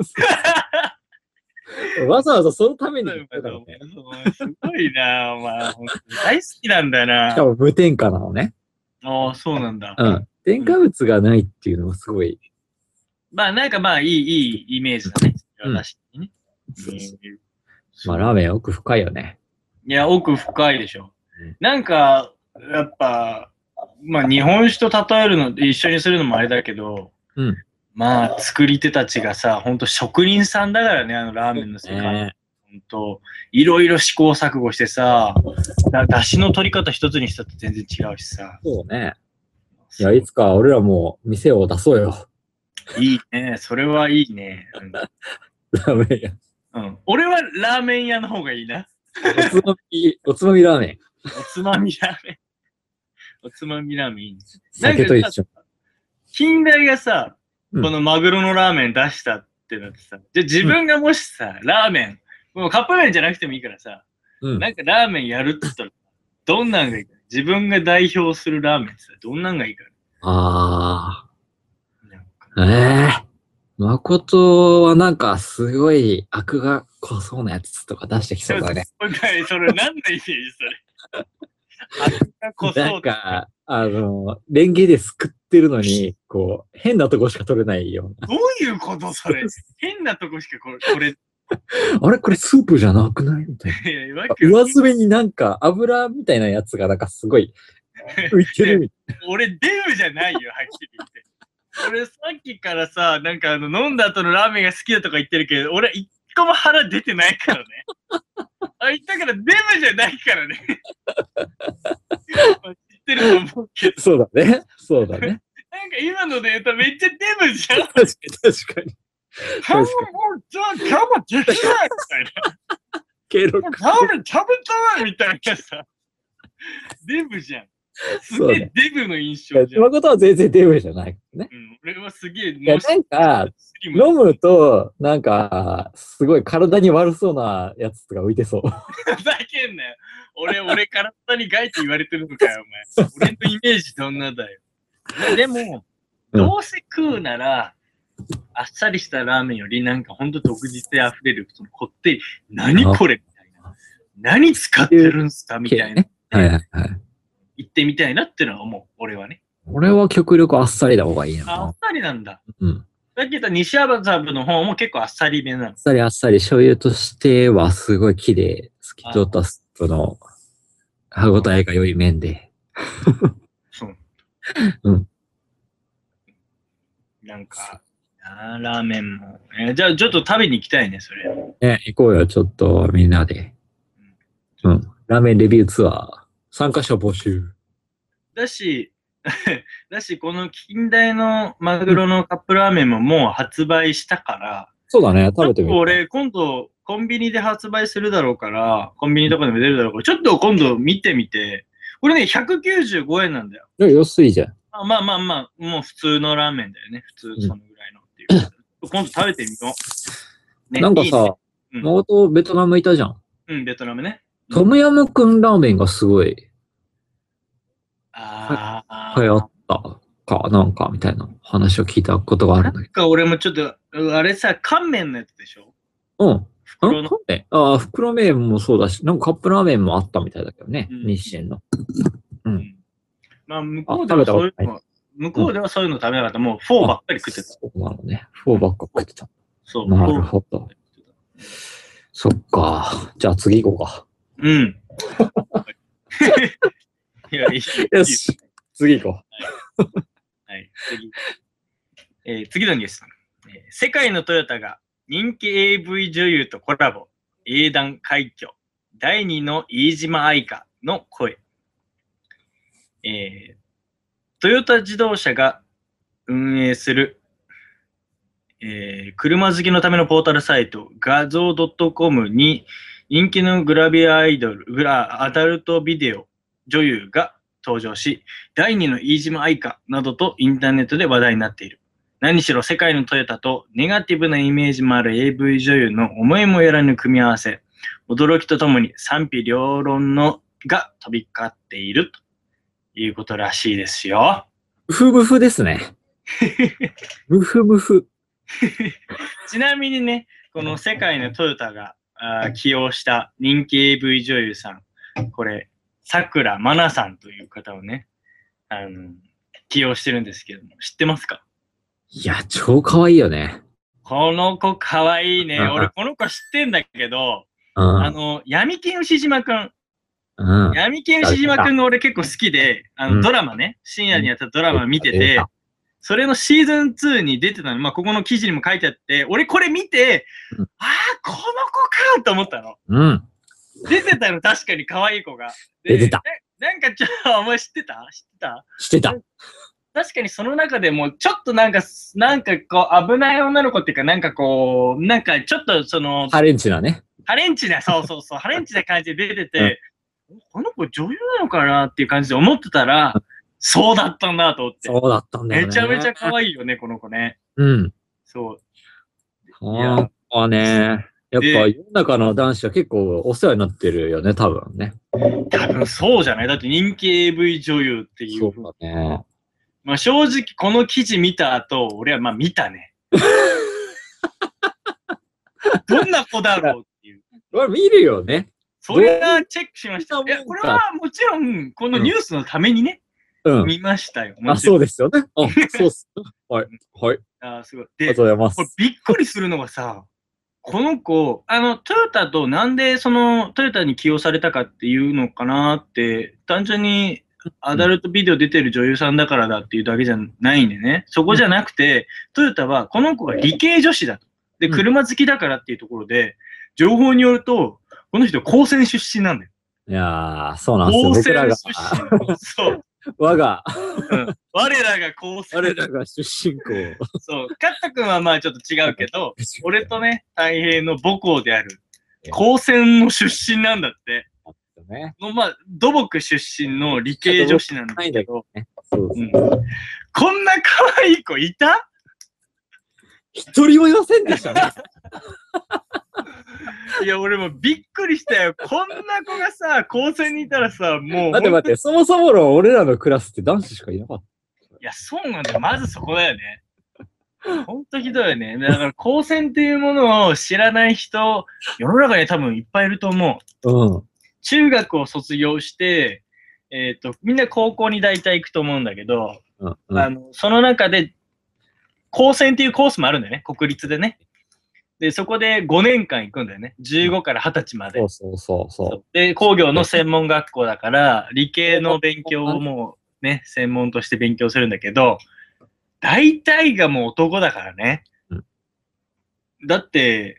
わざわざそのために行ったからね。 すごいなお前。大好きなんだよな。 しかも無添加なのね。 ああ、そうなんだ。 うん。添加物がないっていうのもすごい。 まあ、なんかまあ、いい、いいイメージだね。私にね。 まあ、ラーメン奥深いよね。 いや、奥深いでしょ。なんか、やっぱ、まあ、日本酒と例えるの、一緒にするのもあれだけど、 うん。 まあ、作り手たちがさ、ほんと職人さんだからね、あのラーメンの世界。 ね、 ほんと、いろいろ試行錯誤してさ、だ出汁の取り方一つにしたって全然違うしさ。 そうね。いや、いつか俺らも店を出そうよ。 いいね。それはいいね。うん、 ラーメン屋。 うん。俺はラーメン屋の方がいいな。 おつまみ、おつまみラーメン。 おつまみラーメン。おつまみラーメンいいんです。 酒と一緒。 近代がさ、 うん、 このマグロのラーメン出したってなってさ、じゃ自分がもしさ、うん、ラーメン、もうカップ麺じゃなくてもいいからさ、うん、なんかラーメンやるって言ったら、どんなんがいいか。自分が代表するラーメンってさ、どんなんがいいか。 ああ。ええー。誠はなんかすごい悪が濃そうなやつとか出してきそうだね。 それ何のイメージそれ。悪が濃そう。 なんか、あの、レンゲですくってるのに、こう、変なとこしか取れないような。 どういうことそれ。変なとこしかこれ、これ。 あれこれスープじゃなくないみたいな。いやいや上澄みになんか油みたいなやつがなんかすごい浮いてるみたいな。 俺デブじゃないよ、はっきり言って。俺さっきからさ、なんかあの飲んだ後のラーメンが好きだとか言ってるけど、俺一個も腹出てないからね。あ、言ったからデブじゃないからね。知ってると思うけど。 そうだね。そうだね。 なんか今ので言うとめっちゃデブじゃん。 確かに確かに。 ハムもうじゃあ今日もできないみたいな。 ケロラーメン食べたいみたいなさ。デブじゃん。すげえデブの印象じゃん。 誠は全然デブじゃないね。 うん、俺はすげえ。 いや、なんか、飲むと、なんか、すごい体に悪そうなやつとか浮いてそう。 ふざけんなよ。俺、俺、体に害って言われてるのかよ、お前。俺のイメージどんなだよ。でも、どうせ食うなら、あっさりしたラーメンより、なんかほんと独自性あふれる、そのこってり、何これみたいな。何使ってるんすかみたいな。 はいはいはい。 行ってみたいなってのは思う、俺はね。 俺は極力あっさりな方がいいな。 あっさりなんだ。 うん。 さっき言った西麻布の方も結構あっさりめなの。 あっさりあっさり、醤油としてはすごい綺麗。透き通ったスープの歯応えが良い麺で。 そう。 うん。 なんか、あラーメンも、えー。じゃあちょっと食べに行きたいね、それ。 ね、行こうよ、ちょっとみんなで。うん。うん、ラーメンレビューツアー、参加者募集。 だし、だし、この近代のマグロのカップラーメンももう発売したから、 そうだね、食べてみる。 俺、今度、コンビニで発売するだろうから、コンビニとかでも出るだろうから、ちょっと今度見てみて、これね、ひゃくきゅうじゅうごえんなんだよ。 いや、安いじゃん。 あまあまあまあ、もう普通のラーメンだよね。普通、そのぐらいのっていう。うん、今度食べてみよう。ね、なんかさ、元、うん、ベトナムいたじゃん。 うん、ベトナムね。 トムヤムクンラーメンがすごい。 ああ。流行ったか、なんか、みたいな話を聞いたことがあるんだけど。 なんか俺もちょっと、あれさ、乾麺のやつでしょ？ うん。袋の麺ああ、袋麺もそうだし、なんかカップラーメンもあったみたいだけどね。うん、日清の。うん。 まあ、向こうではそういうのは向こうではそういうの食べなかった。もうフォーばっかり食ってた。 そうなのね。フォーばっか食ってた。 そう。 なるほど。そっか。じゃあ次行こうか。 うん。いや、いい。 よし。次行こう。はい、はい、次。えー、次のニュース、えー。世界のトヨタが人気 エーブイ 女優とコラボ。英断快挙。だいにの飯島愛花の声。えー、トヨタ自動車が運営する、えー、車好きのためのポータルサイト画像 .com に人気のグラビアアイドル、グラアダルトビデオ女優が登場し、だいにの飯島愛花などとインターネットで話題になっている。何しろ世界のトヨタとネガティブなイメージもある エーブイ 女優の思いもよらぬ組み合わせ。驚きとともに賛否両論のが飛び交っているということらしいですよ。 ムフムフですね。ムフムフ。 ちなみにね、この世界のトヨタがあ起用した人気 エーブイ 女優さん、これ、さくらまなさんという方をね、あの、起用してるんですけども、知ってますか？ いや、超可愛いよね。 この子可愛いね。俺、この子知ってんだけど、 うん、 あの、闇金牛島くん。 うん、 闇金牛島くんが俺結構好きで、あの、ドラマね、深夜にやったドラマ見てて、それのシーズンツーに出てたの、まあ、ここの記事にも書いてあって、俺これ見て、うん、ああ、この子かと思ったの。 うん。 出てたの、確かに可愛い子が。 出てた。 な, なんかちょっと、お前知ってた知ってた知ってた。 確かにその中でも、ちょっとなんか、なんかこう、危ない女の子っていうか、なんかこう、なんかちょっとその、 ハレンチなね。 ハレンチな、そうそうそう、ハレンチな感じで出てて、うん、この子女優なのかなっていう感じで思ってたら、そうだったんだと思って。 そうだったんだよね。 めちゃめちゃ可愛いよね、この子ね。 うん。 そう。 いやーね。やっぱ世の中の男子は結構お世話になってるよね、多分ね。 多分そうじゃない？だって人気 エーブイ 女優っていう。 そうだね。 まあ正直この記事見た後、俺はまあ見たね。どんな子だろうっていう。 俺見るよね。 それはチェックしました。いや、これはもちろん、このニュースのためにね、うん、見ましたよ。 あ、そうですよね。あ、そうっす。はい。はい。 あ、すごい。 で、ありがとうございます。 これびっくりするのがさ、この子、あの、トヨタとなんでそのトヨタに起用されたかっていうのかなって、単純にアダルトビデオ出てる女優さんだからだっていうだけじゃないんでね。そこじゃなくて、トヨタはこの子が理系女子だと。で、車好きだからっていうところで、情報によると、この人高専出身なんだよ。 いやー、そうなんですよ。僕らが。 そう。 我が、 うん。我らが高専。 我らが出身校。 そう。カッタ君はまあちょっと違うけど、俺とね、太平の母校である、高専の出身なんだって。ね、のまあ、土木出身の理系女子なんだけど、ねそうそううん、こんな可愛い子いた？ 一人もいませんでしたね。 いや、俺もびっくりしたよ。こんな子がさ、高専にいたらさ、もう。 待って待って、そもそもの俺らのクラスって男子しかいなかった。 いや、そうなんだよ。まずそこだよね。ほんとひどいよね。だから高専っていうものを知らない人、世の中に多分いっぱいいると思う。うん。 中学を卒業して、えっと、みんな高校に大体行くと思うんだけど、うんうん、あのその中で、高専っていうコースもあるんだよね。国立でね。で、そこでごねんかん行くんだよね。じゅうごからはたちまで。 そうそうそうそう。 で、工業の専門学校だから、理系の勉強をもうね、専門として勉強するんだけど、大体がもう男だからね。うん、だって、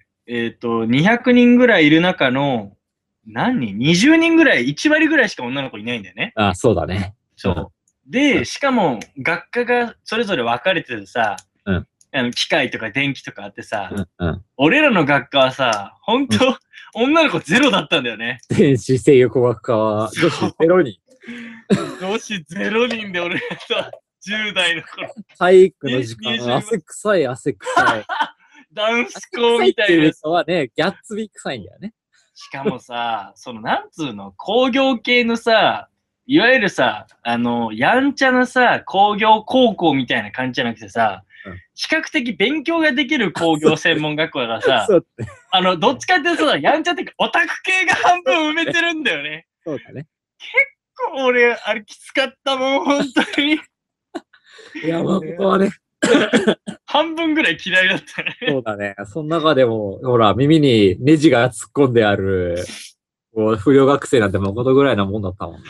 えっと、にひゃくにんぐらいいる中の、何人 ?にじゅう 人ぐらい、いち割ぐらいしか女の子いないんだよね。 ああ、そうだね。 そう。で、しかも、学科がそれぞれ分かれててさ、うん、あの機械とか電気とかあってさ、うんうん、俺らの学科はさ、ほんと、うん、女の子ゼロだったんだよね。 電子制御工学科は女子ゼロにん。 女子ゼロにんで俺らさ、じゅう代の頃。 体育の時間、汗臭い汗臭い。 男子校みたいな。 人はね、ギャッツビー臭いんだよね。 しかもさ、その、なんつうの、工業系のさ、いわゆるさ、あの、やんちゃなさ、工業高校みたいな感じじゃなくてさ、うん、比較的勉強ができる工業専門学校だからさ、あの、どっちかっていうとさ、やんちゃっていうか、オタク系が半分埋めてるんだよね。 そうだね。 結構俺、あれきつかったもん、本当に。 いや、誠はね。 半分ぐらい嫌いだったね。 そうだね。その中でも、ほら、耳にネジが突っ込んである、こう不良学生なんて誠ぐらいなもんだったもんな。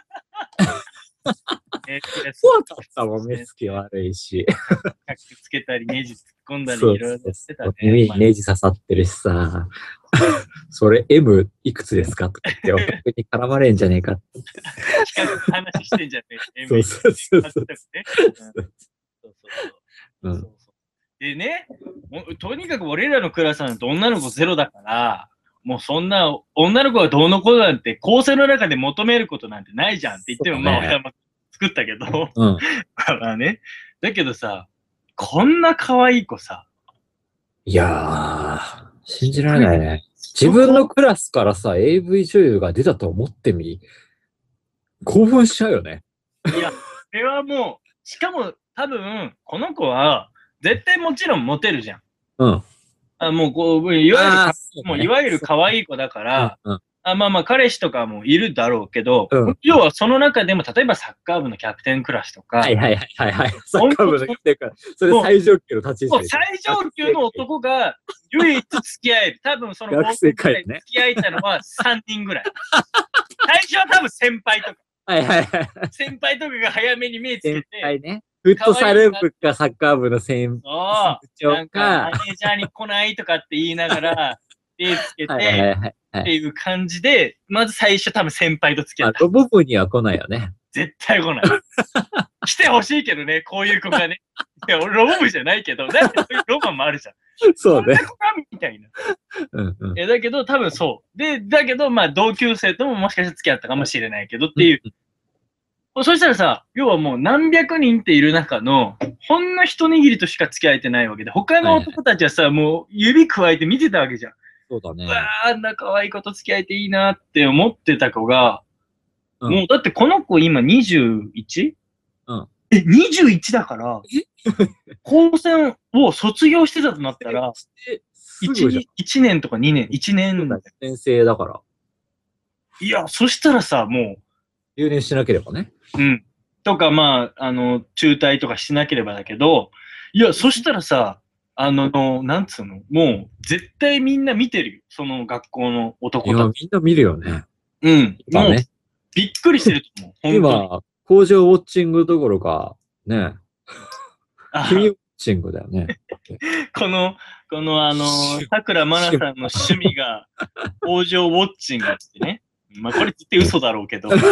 え怖かったもん、目つき悪いし。 つけたり、ネジ突っ込んだり、いそうろいろしてたね。 耳にネジ刺さってるしさ、それ エム いくつですかとか言って、僕に絡まれんじゃねえかって。 企画話してんじゃねえ。 そうそうそうそう。 そうそうそう。 うんでね、もうとにかく俺らのクラスなんて女の子ゼロだから、もうそんな女の子がどうのこうのなんて構成の中で求めることなんてないじゃんって言っても、 そうだねまあ俺はまあ作ったけど、 うん。 まあね。だけどさ、こんな可愛い子さ、 いやー、信じられないね。自分のクラスからさ、エーブイ 女優が出たと思ってみ。興奮しちゃうよね。 いや、これはもう、しかも多分、この子は、絶対もちろんモテるじゃん。 うん。 あもうこう、いわゆるか、 そうだねもういわゆる可愛い子だから、 うんうんあまあまあ彼氏とかもいるだろうけど、 うん要はその中でも、例えばサッカー部のキャプテンクラスとか、 はいはいはいはいはい。サッカー部の来てるから、それ最上級の立ち位もう置最上級の男が唯一付き合える。多分その学生会ね付き合えたのはさんにんぐらい。最初は多分先輩とか、 はいはいはい。 先輩とかが早めに目つけ先て、 輩ね。フットサル部かサッカー部の先そう、 長なんかマネージャーに来ないとかって言いながら、手つけて、 はいはいはいはいっていう感じで、まず最初多分先輩と付き合った。 まあロボ部には来ないよね。 絶対来ない。来てほしいけどね、こういう子がね。いや、俺ロボ部じゃないけど、だってそういうロマンもあるじゃん。 そうねこんな子がみたいな。 うんうん。 えだけど、多分そう。で、だけど、まあ、同級生とももしかしたら付き合ったかもしれないけどっていう。そしたらさ、要はもう何百人っている中の、ほんの一握りとしか付き合えてないわけで、他の男たちはさ、もう指くわえて見てたわけじゃん。 そうだねう。わー、あんな可愛い子と付き合えていいなって思ってた子が、 うんもうだってこの子今 にじゅういち？ うんえ、にじゅういちだから、高専を卒業してたとなったら、 えすぐじゃん 1, 一年とかにねん、いちねん。 先生だから。 いや、そしたらさ、も留年しなければね。 う、うん。とか、まあ、あの、中退とかしなければだけど、いや、そしたらさ、あの、なんつうの、もう、絶対みんな見てるよ。その学校のいや、 男たち。 みんな見るよね。 うん。もう、 まあね。 びっくりしてると思う。本当に今、工場ウォッチングどころか、ね、 あ君ウォッチングだよね。 この、このあの、桜まなさんの趣味が、工場ウォッチングってね。まあ、これ絶対嘘だろうけど。こ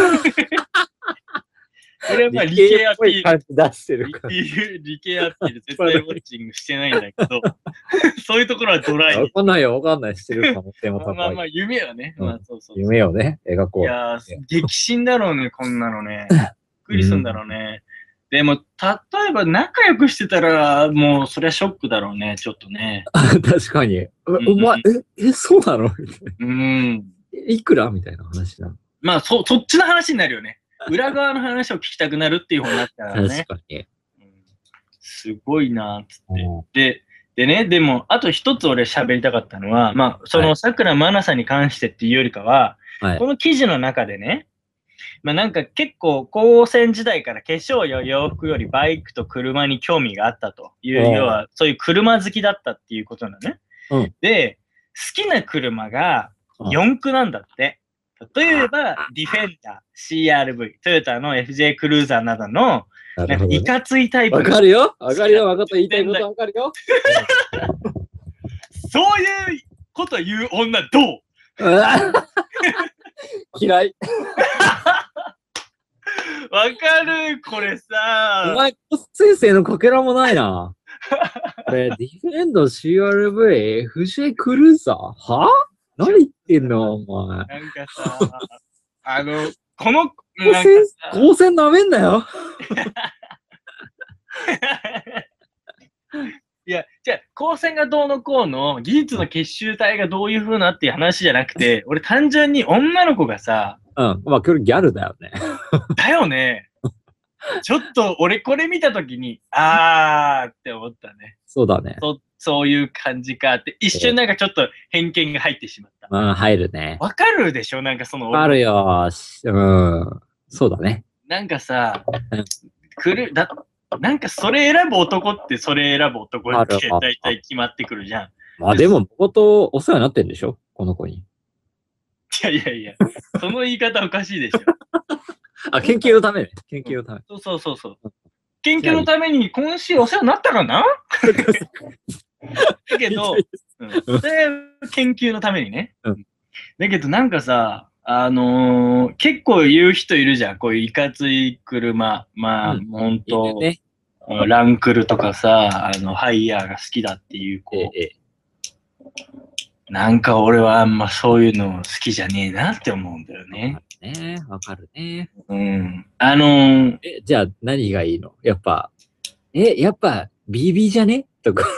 れはまあ理系アピール。 感じ出してるから。 理系理系アピール絶対ウォッチングしてないんだけど、そういうところはドライに。 わかんないよ、わかんない。してる可能性も高い。 まあまあ、夢はね。 うんまあ、そうそう。 夢をね、描こ。 いうやー、激震だろうね、こんなのね。びっくりするんだろうね。でも、例えば仲良くしてたら、もう、それはショックだろうね、ちょっとね。 確かに。えお前、え、え、そうなのみたいな。 うん。 いくらみたいな話だ。 まあ、そ、そっちの話になるよね。裏側の話を聞きたくなるっていう方になったらね確。かに。 うんすごいなーっつってうん。 で、でね、でも、あと一つ俺喋りたかったのは、まあ、その桜まなさんに関してっていうよりかは、 はいこ。の記事の中でね、まあなんか結構高専時代から化粧や洋服よりバイクと車に興味があったという、 うん要はそういう車好きだったっていうことなのね。 うんで、好きな車がよん駆なんだって。例えば、ディフェンダー、シーアールブイ、トヨタの エフジェー クルーザーなどの、なんかいかついタイプわの。 かるよわかるよわかった。言いたいことわかるよ。 そういうこと言う女どう嫌い。 わかるこれおさ。 前、先生のかけらもないな。これ、ディフェンド シーアールブイ、エフジェー クルーザーは何言ってんのお前。 なんかさ、あの、この、 光なんか線さ、 光線なめんなよ。 いや、じゃあ、光線がどうのこうの、技術の結集体がどういう風なっていう話じゃなくて、俺単純に女の子がさ、 うん。まあ、これギャルだよね。 だよね。ちょっと俺これ見たときに、あーって思ったね。 そうだね。 そそういう感じかって、一瞬なんかちょっと偏見が入ってしまった。 まあ、入るね。 わかるでしょなんかその、 あるよ。しうん。そうだね。 なんかさうん、 くる、だ、 なんかそれ選ぶ男ってそれ選ぶ男ってあるある大体決まってくるじゃん。 まあでも、冒頭お世話になってんでしょこの子に。 いやいやいや、その言い方おかしいでしょ。 あ、研究のためね。研究のため。 そうそうそうそう。研究のために今週お世話になったかなだけど、うん、それは研究のためにね。 うん、 だけどなんかさ、あのー、結構言う人いるじゃん。こういういかつい車。まあ、うん、ほんと、ね、ランクルとかさ、あの、ハイヤーが好きだっていう子。ええ、なんか俺はあんまそういうの好きじゃねえなって思うんだよね。 ね、わかるね。 うん。あのー、 え、じゃあ何がいいの？やっぱ、え、やっぱ ビービー じゃねとか。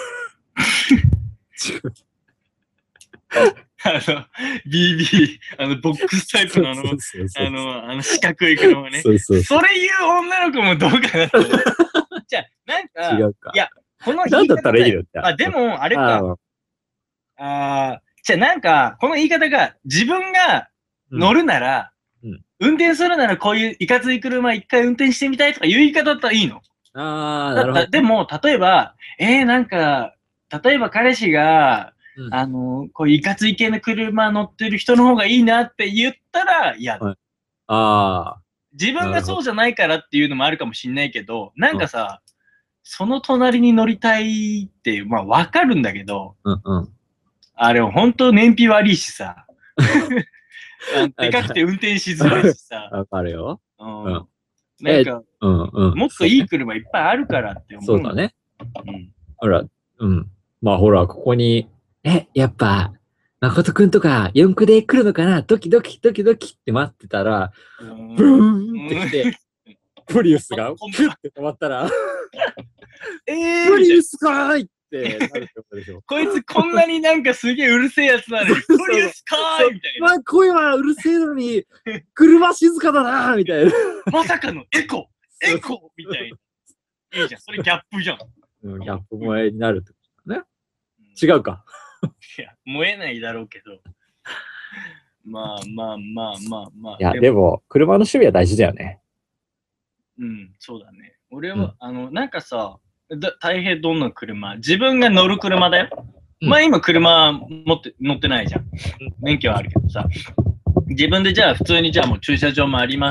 あの、ビービー、あの、ボックスタイプのあの、あの、あの四角い車ね。そうそうそう。それ言う女の子もどうかなって。じゃあ、なんか、違うか。いや、この言い方。なんだったらいいのって。あ、でも、あれか。ああ、じゃあなんか、この言い方が、自分が乗るなら、うんうん、運転するならこういういかつい車一回運転してみたいとかいう言い方だったらいいの？ああ、なるほど。でも、例えば、えー、なんか、例えば彼氏が、うん、あの、こういういかつい系の車乗ってる人の方がいいなって言ったら嫌だ。はい、ああ。自分がそうじゃないからっていうのもあるかもしんないけど、なんかさ、うん、その隣に乗りたいって、まあわかるんだけど、うんうん、あれ本当燃費悪いしさ。でかくて運転しづらいしさ。わかるよ。うん。うん、なんか、うんうん、もっといい車いっぱいあるからって思う。そうだね。うん。ほら、うん。まあほら、ここに、え、やっぱ、誠くんとか四駆で来るのかなドキドキドキドキって待ってたら、ブーンって来て、プリウスがピュッて止まったら、えー、プリウスかーいってなるってことでしょ。こいつこんなになんかすげえうるせえやつなのに、プリウスかーいみたいな。まあ声はうるせえのに、車静かだなーみたいな。まさかのエコエコみたいな。いいじゃん、それギャップじゃん。うん、ギャップ萌えになるってことね。違うか。いや、燃えないだろうけど。まあまあまあまあまあ。いや、でも、車の趣味は大事だよね。うん、そうだね。俺は、うん、あの、なんかさ、大変どんな車自分が乗る車だよ。うん、まあ今車持って、乗ってないじゃん。免許はあるけどさ。自分でじゃあ普通にじゃあもう駐車場もあります。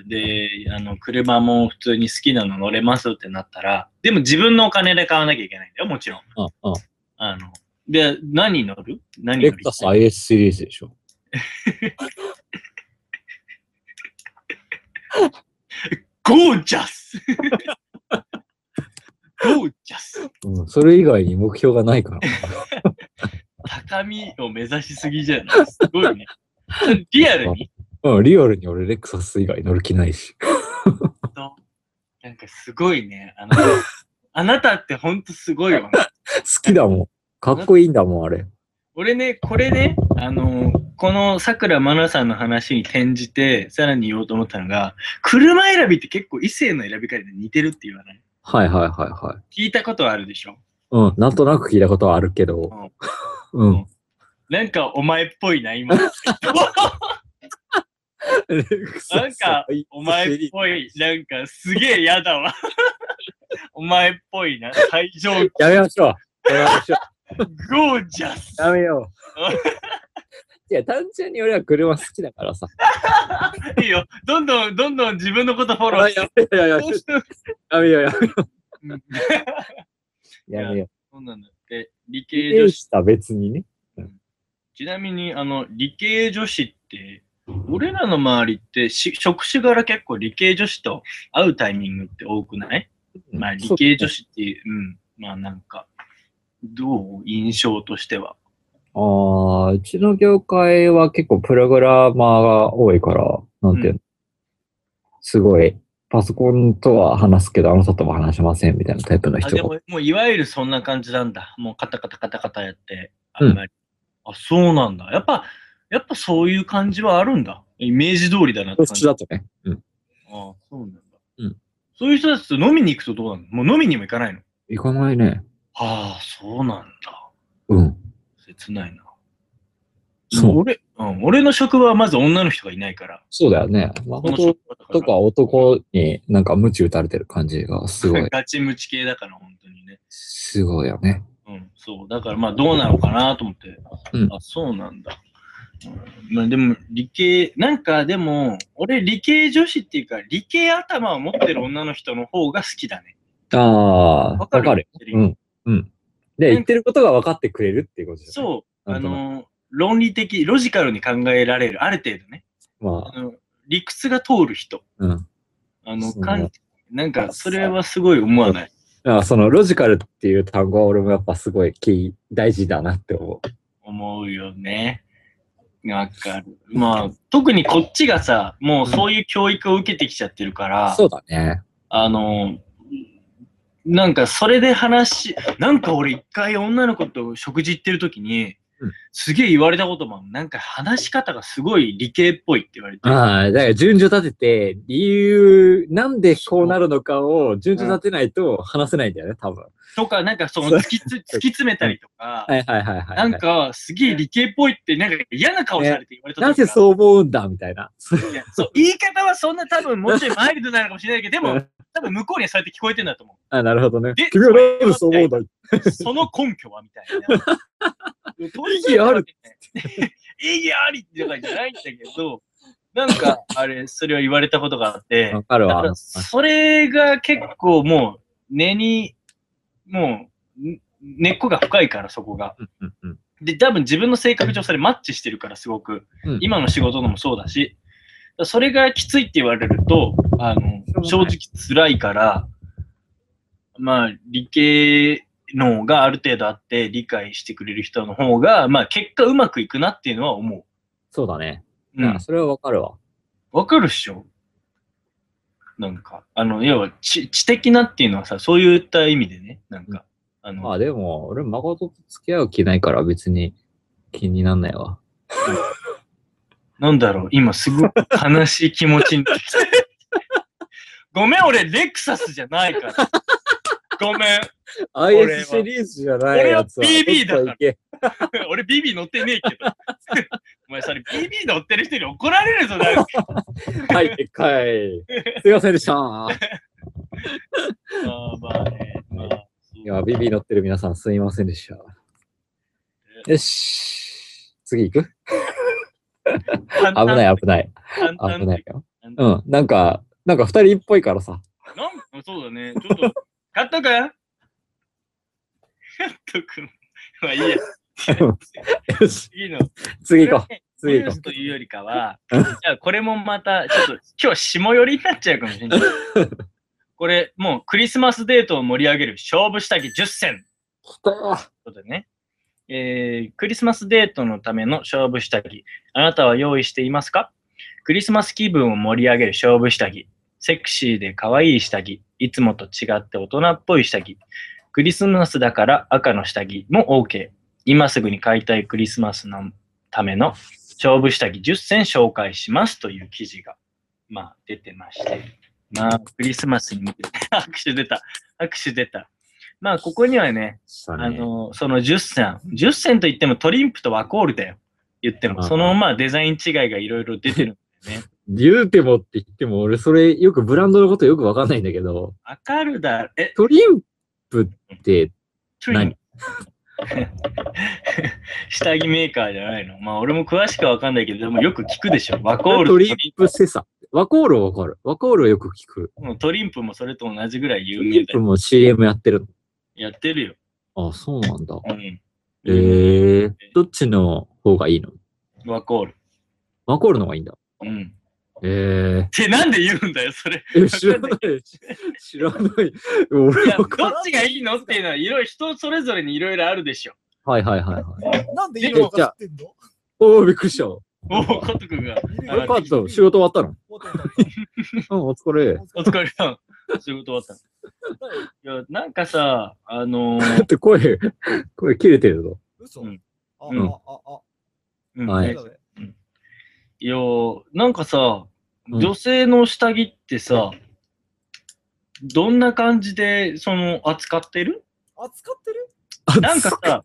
で、あの、車も普通に好きなの乗れますってなったら、でも自分のお金で買わなきゃいけないんだよ、もちろん。あああの、で、何乗る何乗るレクサス アイエス シリーズでしょ。ゴージャスゴージャス、うん、それ以外に目標がないから。高みを目指しすぎじゃない？すごいね。リアルにうん、リアルに俺レクサス以外乗る気ないし。なんかすごいね。あの、あなたってほんとすごいよね。好きだもん。かっこいいんだもん、あれ。俺ね、これね、あの、このさくらまなさんの話に転じて、さらに言おうと思ったのが、車選びって結構異性の選び方で似てるって言わない？はいはいはいはい。聞いたことはあるでしょ？うん、なんとなく聞いたことはあるけど。うん。うん、なんかお前っぽいな、今。なんかお前っぽい、なんかすげえ嫌だわ。お前っぽいな、最上級。やめましょう。やめましょう。ゴージャス。やめよう。いや、単純に俺は車好きだからさ。いいよ。どんどん、どんどん自分のことフォローして。やめよう、やめよう。やめよう。やめよう。そうなんだって。理系女子。別にね。うん、ちなみに、あの、理系女子って、俺らの周りってし、職種柄結構理系女子と会うタイミングって多くない？うん、まあ、理系女子っていう、うん、まあなんか、どう印象としては。ああ、うちの業界は結構プログラマーが多いから、なんていうの、うん、すごい、パソコンとは話すけど、あの人とも話しませんみたいなタイプの人が。あ、でも、もういわゆるそんな感じなんだ。もうカタカタカタカタやって、あんまり。うん、あ、そうなんだ。やっぱ、やっぱそういう感じはあるんだ。イメージ通りだなって感じ。だとね。うん。ああ、そうなんだ。うん。そういう人たちと飲みに行くとどうなの？もう飲みにも行かないの？行かないね。ああ、そうなんだ。うん。切ないな。そう。俺、 うん、俺の職場はまず女の人がいないから。 そうだよね。誠とか男になんか鞭打たれてる感じがすごい。 ガチムチ系だから、本当にね。 すごいよね。 うん、そう。だからまあどうなのかなと思って。 うん、 あ、そうなんだ。うん、まあでも理系、なんかでも、俺理系女子っていうか、理系頭を持ってる女の人の方が好きだね。 ああ、わかる。 わかる。 うん。うん。で、言ってることが分かってくれるっていうことですね。そう。あの、論理的、ロジカルに考えられる、ある程度ね。まあ、あの理屈が通る人。うん。あの、かんなんか、それはすごい思わない。 あ、そのロジカルっていう単語は俺もやっぱすごい大事だなって思う。 思うよね。わかる。まあ、特にこっちがさ、もうそういう教育を受けてきちゃってるから。 うん、そうだね。 あの、なんかそれで話、なんか俺一回女の子と食事行ってる時に、うん、すげえ言われたことも、なんか話し方がすごい理系っぽいって言われて。 ああ、だから順序立てて、理由、なんでこうなるのかを順序立てないと話せないんだよね、多分。 とか、なんかその突きつ突き詰めたりとか、 はいはいはいはい。 なんかすげえ理系っぽいって、なんか嫌な顔されて言われた、 ね。なぜそう思うんだみたいな。 いやそう言い方はそんな多分もうちょいマイルドなのかもしれないけど、でも、多分向こうにはそうやって聞こえてんだと思う。 あ、なるほどね。 で、 君はなんでそう思うんだその根拠はみたいな。 意義ある意義ありってかじゃないんだけど、なんか、あれ、それを言われたことがあって、 わかるわ。 それが結構もう、根に、もう、根っこが深いから、そこが。 うんうん、 で、多分自分の性格上それマッチしてるから、すごく。うん、今の仕事のもそうだし、それがきついって言われると、あの、正直辛いから、まあ、理系のがある程度あって理解してくれる人の方が、まあ結果うまくいくなっていうのは思う。 そうだね。うん。それはわかるわ。 わかるっしょ？なんか、あの、要は知、知的なっていうのはさ、そういった意味でね、なんか。 うん、あのまあでも、俺、誠と付き合う気ないから別に気になんないわ。 なんだろう、今すごい悲しい気持ちに。ごめん、俺、レクサスじゃないから。ごめん。 アイエス シリーズじゃないやつは。 俺は ビービー だから。俺 ビービー 乗ってねえけど。お前それ ビービー 乗ってる人に怒られるぞ、なんか。 はい、でっかい。すいませんでした。ああ、まあね。まあ、 いや、ビービー 乗ってる皆さんすいませんでした。よし。次行く危ない危ない。危ないよ。うん。なんか、なんか二人っぽいからさ。 なんそうだね。ちょっと、カットくんカットくん。まあいいや。 よし。 いいの。 次行こう。次行こう。 というよりかは、じゃあこれもまた、ちょっと今日下寄りになっちゃうかもしれない。これ、もうクリスマスデートを盛り上げる勝負下着じゅっせん。 来たことでね。えー、クリスマスデートのための勝負下着。あなたは用意していますか？クリスマス気分を盛り上げる勝負下着。セクシーで可愛い下着。いつもと違って大人っぽい下着。クリスマスだから赤の下着も OK。今すぐに買いたいクリスマスのための勝負下着じゅっせん紹介しますという記事が、まあ、出てまして。まあ、クリスマスに向けて拍手出た。拍手出た。まあ、ここにはね、あの、そのじゅっせん。じゅっせんといってもトリンプとワコールだよ。言っても。そのまあデザイン違いがいろいろ出てるんだよね。 言うてもって言っても、俺それよくブランドのことよくわかんないんだけど。 わかるだ。えトリンプって何？ 下着メーカーじゃないの？まあ俺も詳しくはわかんないけど、でもよく聞くでしょ。ワコール。 トリンプセサ。ワコールはわかる。ワコールはよく聞く。 トリンプもそれと同じぐらい有名だよ。 トリンプも シーエム やってるの？ やってるよ。 あ、そうなんだ。 うん。 えー、どっちの方がいいの？ ワコール。 ワコールの方がいいんだ。 うん。 えー。 ってなんで言うんだよ、それ。 え、知らない。知らない。 俺いや、どっちがいいのっていうのは、いろいろ人それぞれにいろいろあるでしょ。 はいはいはいはい。 なんでいいのか知ってんの？ おー、びっくりした。おお、カット君が。 カット、仕事終わったの？うん、お疲れ。 お疲れさん。仕事終わった。いや、なんかさ、あのー、 だって声、声切れてるぞ。 嘘？うん。あ、 うん、 あ、あ、あ。 うん、はい。 いや、なんかさ、女性の下着ってさ、うん、どんな感じで、その、扱ってる？ 扱ってる？ なんかさ、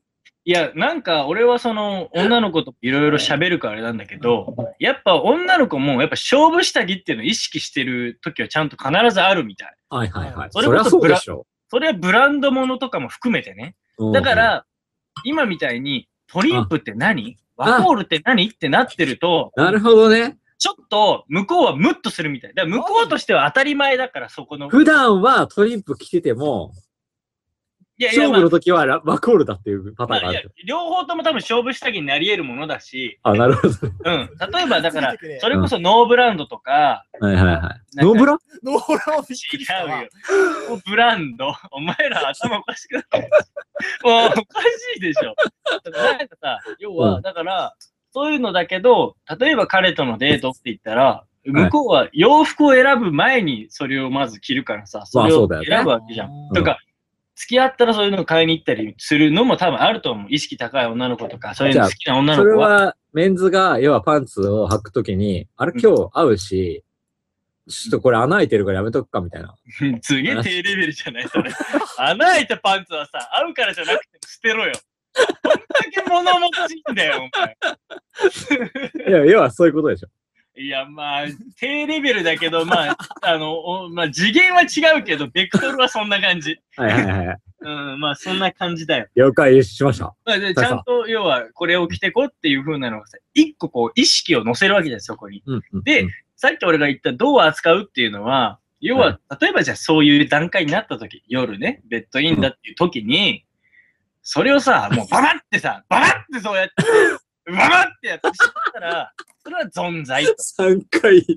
いや、なんか俺はその女の子といろいろ喋るからあれなんだけど、やっぱ女の子もやっぱ勝負下着っていうのを意識してる時はちゃんと必ずあるみたい。 はいはいはい。 それこそそりゃそうでしょ。 それはブランドものとかも含めてね。だかうん、 ら、今みたいにトリンプって何ワコールって何ってなってると、 なるほどね。 ちょっと向こうはムッとするみたい。だから向こうとしては当たり前だから、そこの。 普段はトリンプ着てても、 いやいや、 勝まあ負の時はラワコールだっていうパターンまあ、いやがある。 両方とも多分勝負下着になり得るものだし、 あ、なるほど。 うん。例えばだからついてくれ、 それこそノーブランドとか、 はいはいはい。 なんかノーブラノーラもびっくりしたわ。 違うよ。ノーブランド、お前ら頭おかしくないもうおかしいでしょ。だからなんかさ、要は、 うんだから、そういうのだけど、例えば彼とのデートって言ったら、向こうは洋服を選ぶ前にそれをまず着るからさ、それをまあそうだよね選ぶわけじゃん。 うんとか、付き合ったらそういうのを買いに行ったりするのも多分あると思う。意識高い女の子とか、そういうの好きな女のそれ子は。 は、メンズが、要はパンツを履くときに、あれ今日合うし、ちょっとこれ穴開いてるからやめとくかみたいな。 すげえ低レベルじゃないそれ。穴開いたパンツはさ、合うからじゃなくて捨てろよ。こんだけ物持ちいいんだよ、お前。 いや、要はそういうことでしょ。 いや、まあ、低レベルだけど、まあ、あの、おまあ、次元は違うけど、ベクトルはそんな感じ。 はいはいはい。 うん、まあ、そんな感じだよ。 了解しました。 まあ、でちゃんと、要は、これを着てこっていう風なのがさ、一個こう、意識を乗せるわけですよ、そこに。 うんうん、 で、さっき俺が言ったどう扱うっていうのは、要は、例えばじゃあそういう段階になった時、夜ね、ベッドインだっていう時に、それをさ、もうババってさ、ババってそうやって、ババってやってしまったら、それは存在と。 さんかい。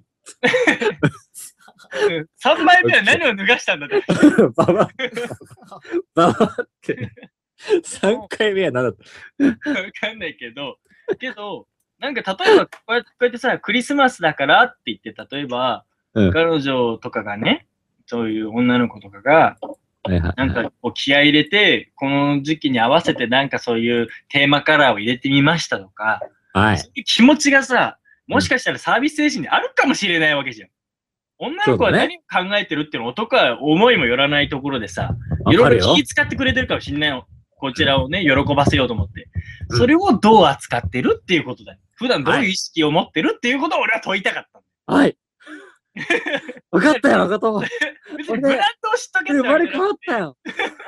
さんまいめは何を脱がしたんだって。 ババ、ババって。さんかいめは何だったわかんないけど、けど、なんか例えばこうやって、こうやってさ、クリスマスだからって言って、例えば、 うん彼女とかがね、そういう女の子とかが、 はいはい。 なんかこう気合い入れて、この時期に合わせてなんかそういうテーマカラーを入れてみましたとか、 はい。 そういう気持ちがさ、もしかしたらサービス精神にあるかもしれないわけじゃん。女の子はそうだね何を考えてるっていうの男は思いもよらないところでさ、いろいろわかるよ。 気使ってくれてるかもしれないの。こちらをね、喜ばせようと思って。それをどう扱ってるっていうことだよ。普段どういう意識を持ってるっていうことを俺は問いたかったんだよ。 はい。わかったよ、わかった。 別にブランドを知っとけって生まれ変わけじゃなくわったよ。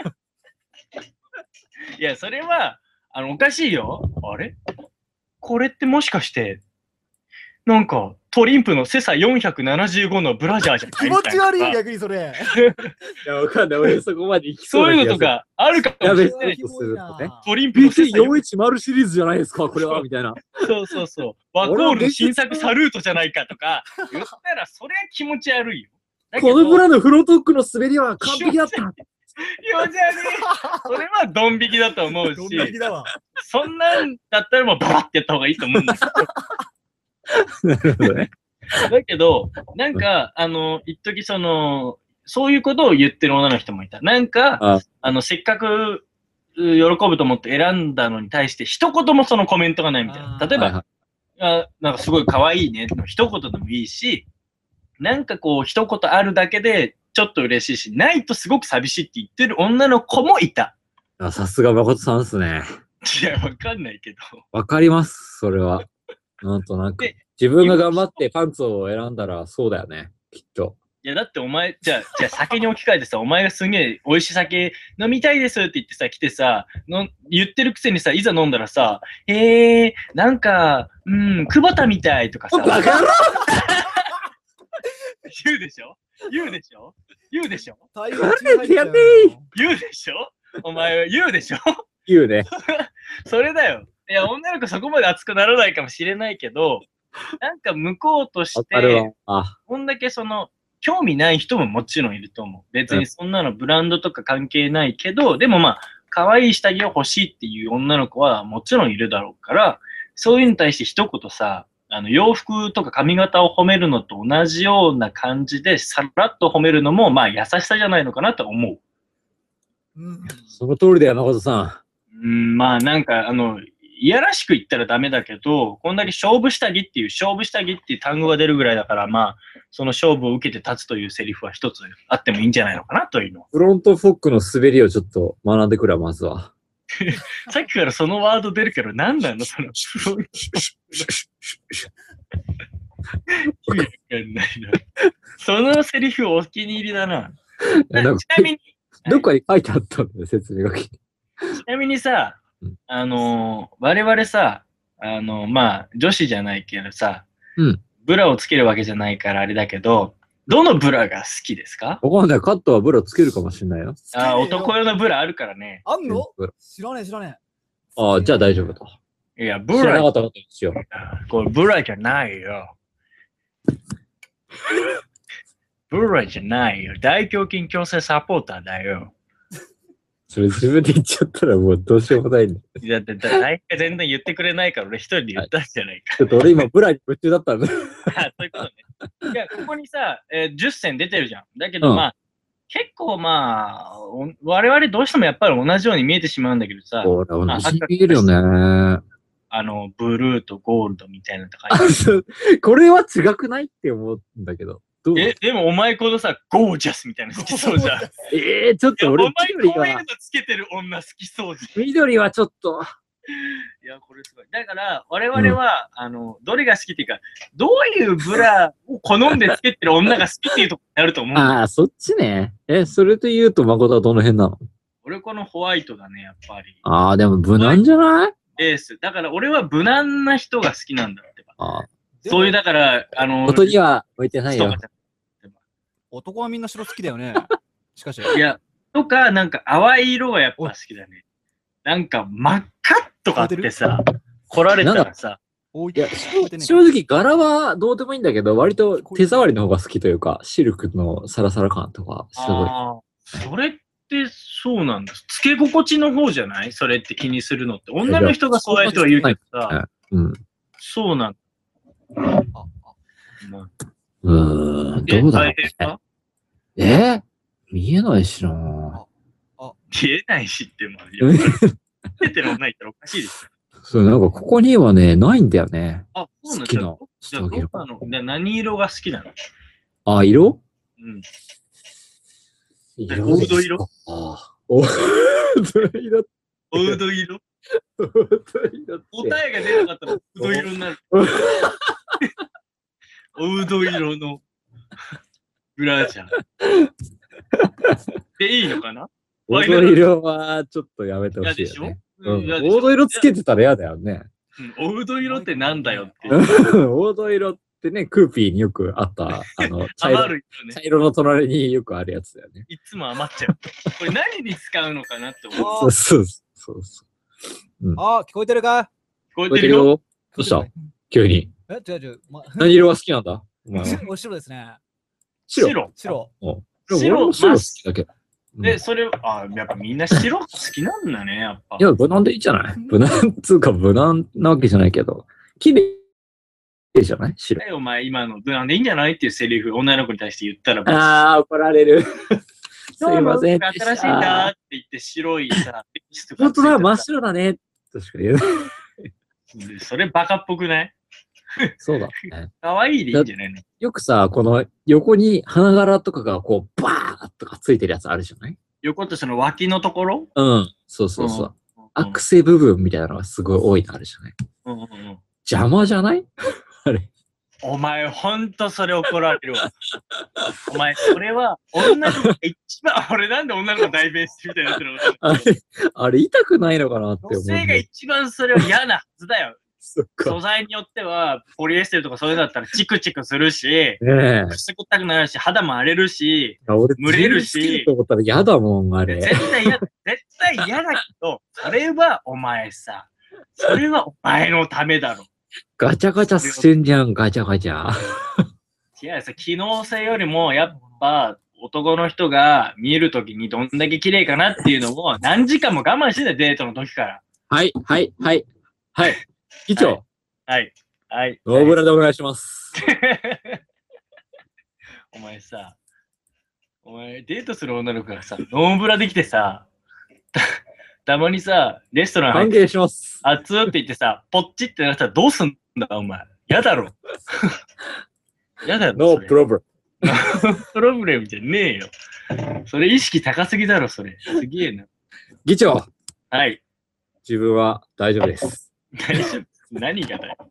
いや、それは、あの、おかしいよ。あれこれってもしかして、なんか、トリンプのセサよんひゃくななじゅうごのブラジャーじゃない気持ち悪いみたな逆にそれ。 いや、わかんない。俺そこまで行きそそううな気がする。 いうのとかあるかもやべえしれない。 とするとねトリンプのセビーティーよんひゃくじゅう シリーズじゃないですか、これは、みたいな。 そうそうそう。ワコールの新作サルートじゃないかとか、言ったらそれは気持ち悪いよ。だけどこのブラのフロートックの滑りは完璧だった。 気持ち悪い。それはドン引きだと思うドンし、 引きだわ。 そんなんだったらもうババってやった方がいいと思うんだけど。 なるほどね。 だけど、なんか、あの、一時その、そういうことを言ってる女の人もいた。なんか、 ああの、せっかく、喜ぶと思って選んだのに対して、一言もそのコメントがないみたいな。例えば、 はいはいあなんかすごい可愛いねの一言でもいいし、なんかこう、一言あるだけで、ちょっと嬉しいし、ないとすごく寂しいって言ってる女の子もいた。 あさすが誠さんですね。 いや、わかんないけど。 わかります、それは。なんとなくで。 自分が頑張ってパンツを選んだらそうだよね、きっと。 いや、だってお前、じゃあ、じゃあ酒に置き換えてさ、お前がすげえ美味しい酒飲みたいですって言ってさ、来てさ、の言ってるくせにさ、いざ飲んだらさ、えー、なんか、うん、久保田みたいとかさ、 バカ野郎言うでしょ言うでしょ言うでしょ対話中入っちゃうよ言うでしょお前は言うでしょ言うね。 それだよ。いや、女の子そこまで熱くならないかもしれないけど、なんか向こうとしわかるわて、。 あ、 こんだけその、興味ない人ももちろんいると思う。別にそんなのブランドとか関係ないけど、でもまあ、可愛い下着を欲しいっていう女の子はもちろんいるだろうから、そういうのに対して一言さ、あの洋服とか髪型を褒めるのと同じような感じで、さらっと褒めるのも、まあ優しさじゃないのかなと思う。 うんその通りだよ、誠さうん、まあなんか、あの、いやらしく言ったらダメだけど、こんだけ勝負下着っていう、勝負下着っていう単語が出るぐらいだから、まあ、その勝負を受けて立つというセリフは一つあってもいいんじゃないのかなというの。 ん。フロントフォックの滑りをちょっと学んでくれ、まずは。 さっきからそのワード出るけど、何なのその。意味わかんないな。そのセリフお気に入りだな。 いやなんかちなみに、 どっかに書いてあったんだよ、説明書きに。 ちなみにさうん、 あのー、我々さ、あのー、まあ、女子じゃないけどさ、 うんブラをつけるわけじゃないからあれだけど、どのブラが好きですか？ わかんない。カットはブラつけるかもしれないよ。 あー、男用のブラあるからね。 あんのブラ知らねえ知らねああ、じゃあ大丈夫だ。 いや、ブ知らなラ、 かったことにしよう。 これブラじゃないよ。ブラじゃないよ。大胸筋矯正サポーターだよ。 それ自分で言っちゃったらもうどうしようもないんだ。 だって、だ大体全然言ってくれないから、俺一人で言ったんじゃないか。 ちょっと俺今ブラに夢中だったんだ。 あそういうことね。いや、ここにさ、えーじゅっせん出てるじゃん。だけど、 うんまあ、結構まあ、お我々どうしてもやっぱり同じように見えてしまうんだけどさ、 ほら、同じに見えるよね。 あの、ブルーとゴールドみたいなのとか。 これは違くないって思うんだけど。どうえ、でもお前このさ、ゴージャスみたいなの好きそうじゃん。いえー、ちょっと俺やお前緑はこういうの、つけてる女好きそうじゃん。 緑はちょっと。 いや、これすごい。だから、我々は、うん、あの、どれが好きっていうか、どういうブラを好んでつけてる女が好きっていうところになると思う。 ああ、そっちね。え、それと言うと誠はどの辺なの？ 俺このホワイトだね、やっぱり。 ああ、でも無難じゃない？ エース。だから俺は無難な人が好きなんだってば。 ああ。 そういう、だから、あの、 ことには向いてないよ。 男はみんな白好きだよね。しかし。 いや、とか、なんか淡い色がやっぱ好きだね。なんか真っ赤とかってさ、来られたらさ、 置いいや、 てね正直柄はどうでもいいんだけど、割と手触りの方が好きというか、シルクのサラサラ感とか、すごい。 ああ、それってそうなんだ。つけ心地の方じゃないそれって気にするのって。女の人がそうやっては言うけどさ、 うん。 そうなんだ。 ああまあうーん、 えどうだろう大変かえ見えないしな見えないしって、まあ、いや出てる女いたらおかしいですよ。 そう、なんかここにはね、ないんだよね。 あ、そうなんだ。 好きなじゃあ、どっかの、で何色が好きなの？ あ、色うん。 色オード色ああ。オード色オード色オード色って答えが出なかったら、ウド色になる。ウド色のブラジャー。でいいのかな？ オード色はちょっとやめてほしい嫌でしょ？ よね。うんオ嫌でしょード色つけてたら嫌だよね。 うんオード色ってなんだよって。 オード色ってね、クーピーによくあった、あの、茶色余るよね。 茶色の隣によくあるやつだよね。 いつも余っちゃう。これ何に使うのかなって思う。 あそうそうそうそう。 あ、聞こえてるか？ 聞こえ覚えてるよ。 てるよ。どうした急に。 え、違う違う。ま、 何色が好きなんだお前はお白ですね。 白。 白。 白。 お白俺も白好きだけど。うんで、それ、あ、やっぱみんな白好きなんだね、やっぱ。 いや、無難でいいじゃない無難つうか無難なわけじゃないけど、綺麗じゃない白。 お前今の無難でいいんじゃないっていうセリフ、女の子に対して言ったら、 ああ、怒られる。すいませんでし新しいんだた。 って言って白いさ、テキスト本当だ、真っつい白だね。としか言えない。 てたそれバカっぽくない？ そうだね。 可愛いでいいんじゃないの？ よくさ、この横に花柄とかがこう、バーッとかついてるやつあるじゃない横とその脇のところ？ うん。そうそうそう。 うんアクセ部分みたいなのがすごい多いのあるじゃないうんうんうん邪魔じゃないあれ。 お前、ほんとそれ怒られるわ。お前、それは女の子が一番、俺なんで女の子代弁してみたいになってるのかあれ、あれ痛くないのかなって思う。 女性が一番それは嫌なはずだよ。 そっか。 素材によっては、ポリエステルとかそういうのだったらチクチクするし、 ねえ。 くすぐったくなるし、肌も荒れるし、 俺、 蒸れるし自分で好きと思ったら嫌だもん、あれ。 絶対嫌だ、絶対嫌だけど、それはお前さ、それはお前のためだろ。 ガチャガチャしてんじゃん、ガチャガチャ。 違うさ、機能性よりも、やっぱ、男の人が見えるときにどんだけ綺麗かなっていうのを何時間も我慢してたよ、デートの時から。 はい、はい、はい。はい。議長、 はい。はい。 ノーブラでお願いします。 お前さ、お前デートする女の子がさ、ノーブラできてさ、たたまにさ、レストラン入って、 歓迎します。 熱って言ってさ、ポッチってなったらどうすんだ、お前。やだろ。やだろ。 ノープロブラ。 プロブレムじゃねえよ。それ意識高すぎだろ、それ。すげえな。 議長、 はい。 自分は大丈夫です。 大丈夫何がだよ。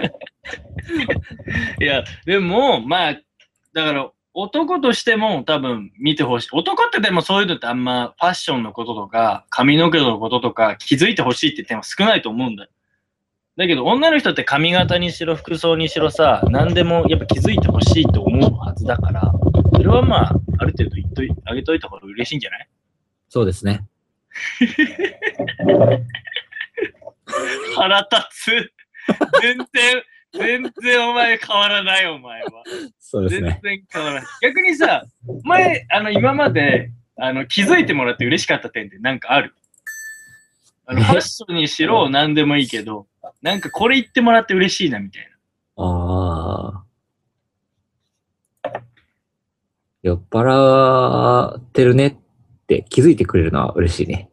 いや、でも、まあ、だから、男としても多分見てほしい。男ってでもそういうのってあんまファッションのこととか、髪の毛のこととか気づいてほしいって言っても少ないと思うんだよ。だけど女の人って髪型にしろ服装にしろさ、何でもやっぱ気づいてほしいと思うはずだから、それはまあ、ある程度言っといあげといた方が嬉しいんじゃない？ そうですね。 腹立つ。全然、全然お前変わらない、お前は。 そうですね。 全然変わらない。逆にさ、前、あの、今まで、あの、気づいてもらって嬉しかった点ってなんかある？あの、ファッションにしろ何でもいいけど、なんかこれ言ってもらって嬉しいな、みたいな。 ああ。酔っ払ってるねって気づいてくれるのは嬉しいね。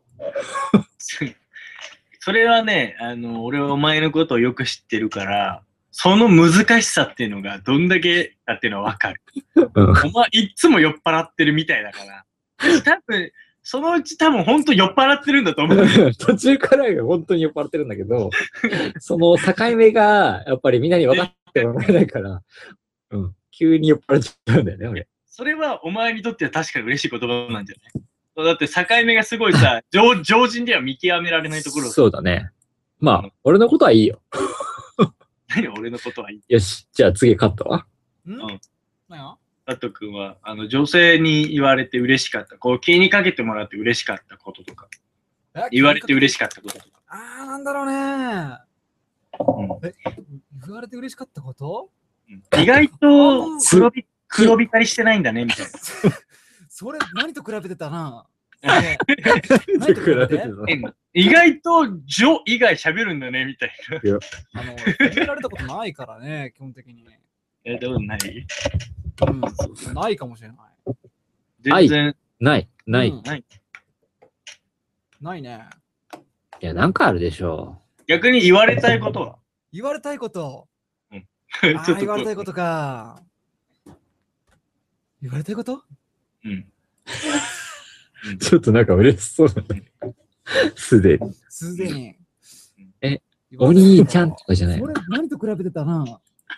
それはね、あの、俺はお前のことをよく知ってるから、その難しさっていうのがどんだけだっていうのはわかる。 うん、 お前いっつも酔っ払ってるみたいだから。多分、そのうち多分本当酔っ払ってるんだと思う。 途中から本当に酔っ払ってるんだけど、その境目がやっぱりみんなに分かってもらえないから、うん、急に酔っ払っちゃうんだよね、俺。 それはお前にとっては確かに嬉しい言葉なんじゃない？だって境目がすごいさ、常, 常人では見極められないところ。 そうだね。まあ、俺のことはいいよ。 何俺のことはいい？ よし、じゃあ次カットは？ ん？うん。何や？ カット君は、あの、女性に言われて嬉しかった、こう、気にかけてもらって嬉しかったこととか、言われて嬉しかったこととか。 あー、なんだろうね、うん、え、言われて嬉しかったこと、 うん、意外と黒び、黒光りしてないんだね、みたいな。 それ、何と比べてたな。 何と比べてた意外と、ジョ以外喋るんだね、みたいな。 あの、褒められたことないからね、基本的に。 え、どうない？ うん、ないかもしれない。 全然。 ない。ない。 うん、ない。ないね。 いや、なんかあるでしょう。逆に言われたいことは？ 言われたいこと。 うん。 ああ、言われたいことか。言われたいこと？ うん。 ちょっとなんか嬉しそうだね。すでに。 すでに。 え、お兄ちゃんとかじゃないの？ それ、何と比べてたな。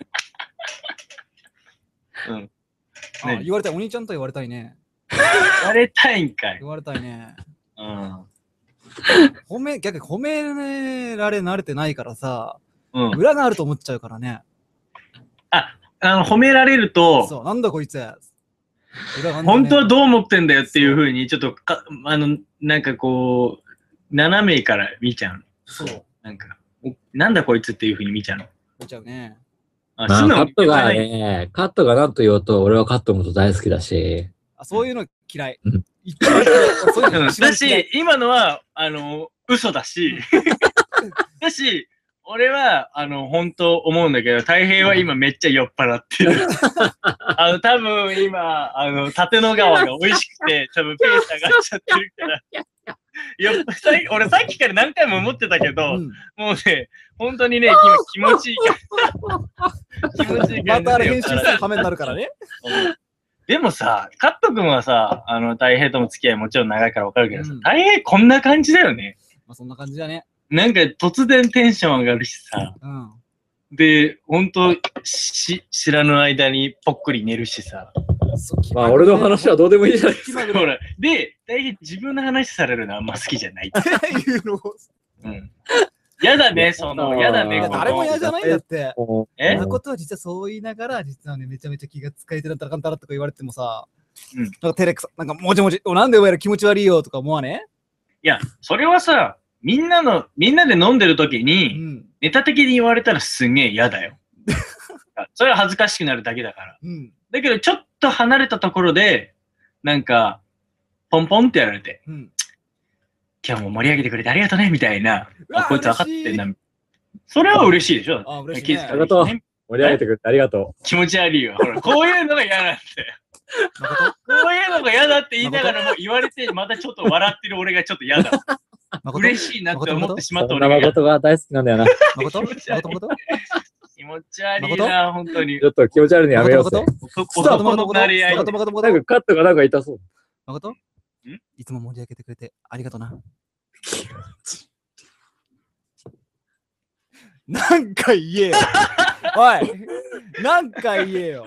うん。 あ、言われたい。お兄ちゃんと言われたいね。 言われたいんかい。 言われたいね。 うん。 褒め、逆に褒められ慣れてないからさ、 うん、 裏があると思っちゃうからね。 あ、あの、褒められると、 そう、なんだこいつ。 本当はどう思ってんだよっていうふうに、ちょっとか、あの、なんかこう、斜めから見ちゃう。 そう。 なんか、なんだこいつっていうふうに見ちゃうの。 見ちゃうね。 あ、まあ、カットがね、カットがなんと言おうと、俺はカットのこと大好きだし。 あ、そういうの嫌い。 だし、今のは、あの、嘘だし、だし、俺は、あの、本当思うんだけど、太平は今めっちゃ酔っ払ってる。あの、多分今、あの、立野川が美味しくて、多分ペース上がっちゃってるから。よっ俺さっきから何回も思ってたけど、うん、もうね、本当にね、今気持ちいいから。気持ちいいから、ね。 またあれ編集したらためになるからね。 でもさ、カット君はさ、あの、太平とも付き合いもちろん長いから分かるけどさ、うん、太平こんな感じだよね。 まあそんな感じだね。 なんか突然テンション上がるしさ、 うん、 で、ほんとし知らぬ間にぽっくり寝るしさ。 まあ俺の話はどうでもいいじゃないですか。 ほら、で、大変自分の話されるのはあんま好きじゃないっていうの。うん。やだね、その、やだね。 誰も嫌じゃないんだって。 えそんなことは実はそう言いながら、実はね、めちゃめちゃ気が使えてなったらかんたらとか言われてもさ、 うん、 なんか照れくさ、なんかもちもち、なんでお前ら気持ち悪いよとか思わね？ いや、それはさ、みんなの、みんなで飲んでる時に、うん、ネタ的に言われたらすんげえ嫌だよ。それは恥ずかしくなるだけだから。 うん、 だけど、ちょっと離れたところで、なんか、ポンポンってやられて、 うん、 今日も盛り上げてくれてありがとうね、みたいな。あ、こいつ分かってんな。それは嬉しいでしょ。 あ、嬉しい、ね。 ありがとう。盛り上げてくれてありがとう。気持ち悪いよ。ほら、こういうのが嫌なんだよ。こういうのが嫌だって言いながらも言われて、またちょっと笑ってる俺がちょっと嫌だ。嬉しいなって思ってしまった俺が。 誠が大好きなんだよな。 誠誠気持ち悪いな、本当に。 ちょっと気持ち悪いのやめようぜ。 男のなり合い。 なんかカットがなんか痛そう。 誠？いつも盛り上げてくれてありがとうな。 なんか言えよ。おい、なんか言えよ。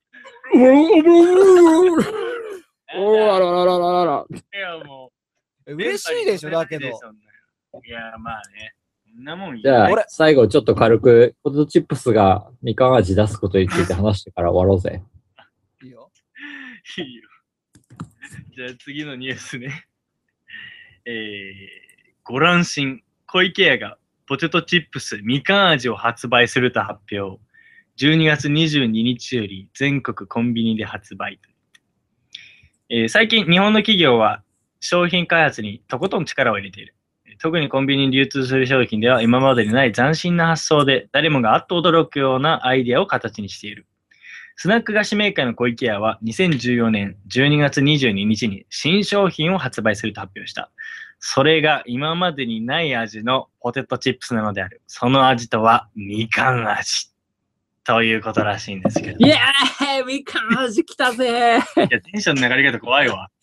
おらららららら。 いや、もう。 嬉しいでしょ、だけど。 いや、まあね。そんなもんいい。 じゃあ俺、 最後ちょっと軽く、ポテトチップスがみかん味出すことについて話してから終わろうぜ。 いいよ。 いいよ。じゃあ次のニュースね。えー、ご乱心。小池屋がポテトチップスみかん味を発売すると発表。じゅうにがつにじゅうににちより全国コンビニで発売。えー、最近日本の企業は商品開発にとことん力を入れている。特にコンビニに流通する商品では今までにない斬新な発想で誰もがあっと驚くようなアイデアを形にしている。スナック菓子メーカーの小池屋はにせんじゅうよねんじゅうにがつにじゅうににちに新商品を発売すると発表した。それが今までにない味のポテトチップスなのである。その味とはみかん味ということらしいんですけど。 イエーイみかん味来たぜいや、テンションの流れ方怖いわ。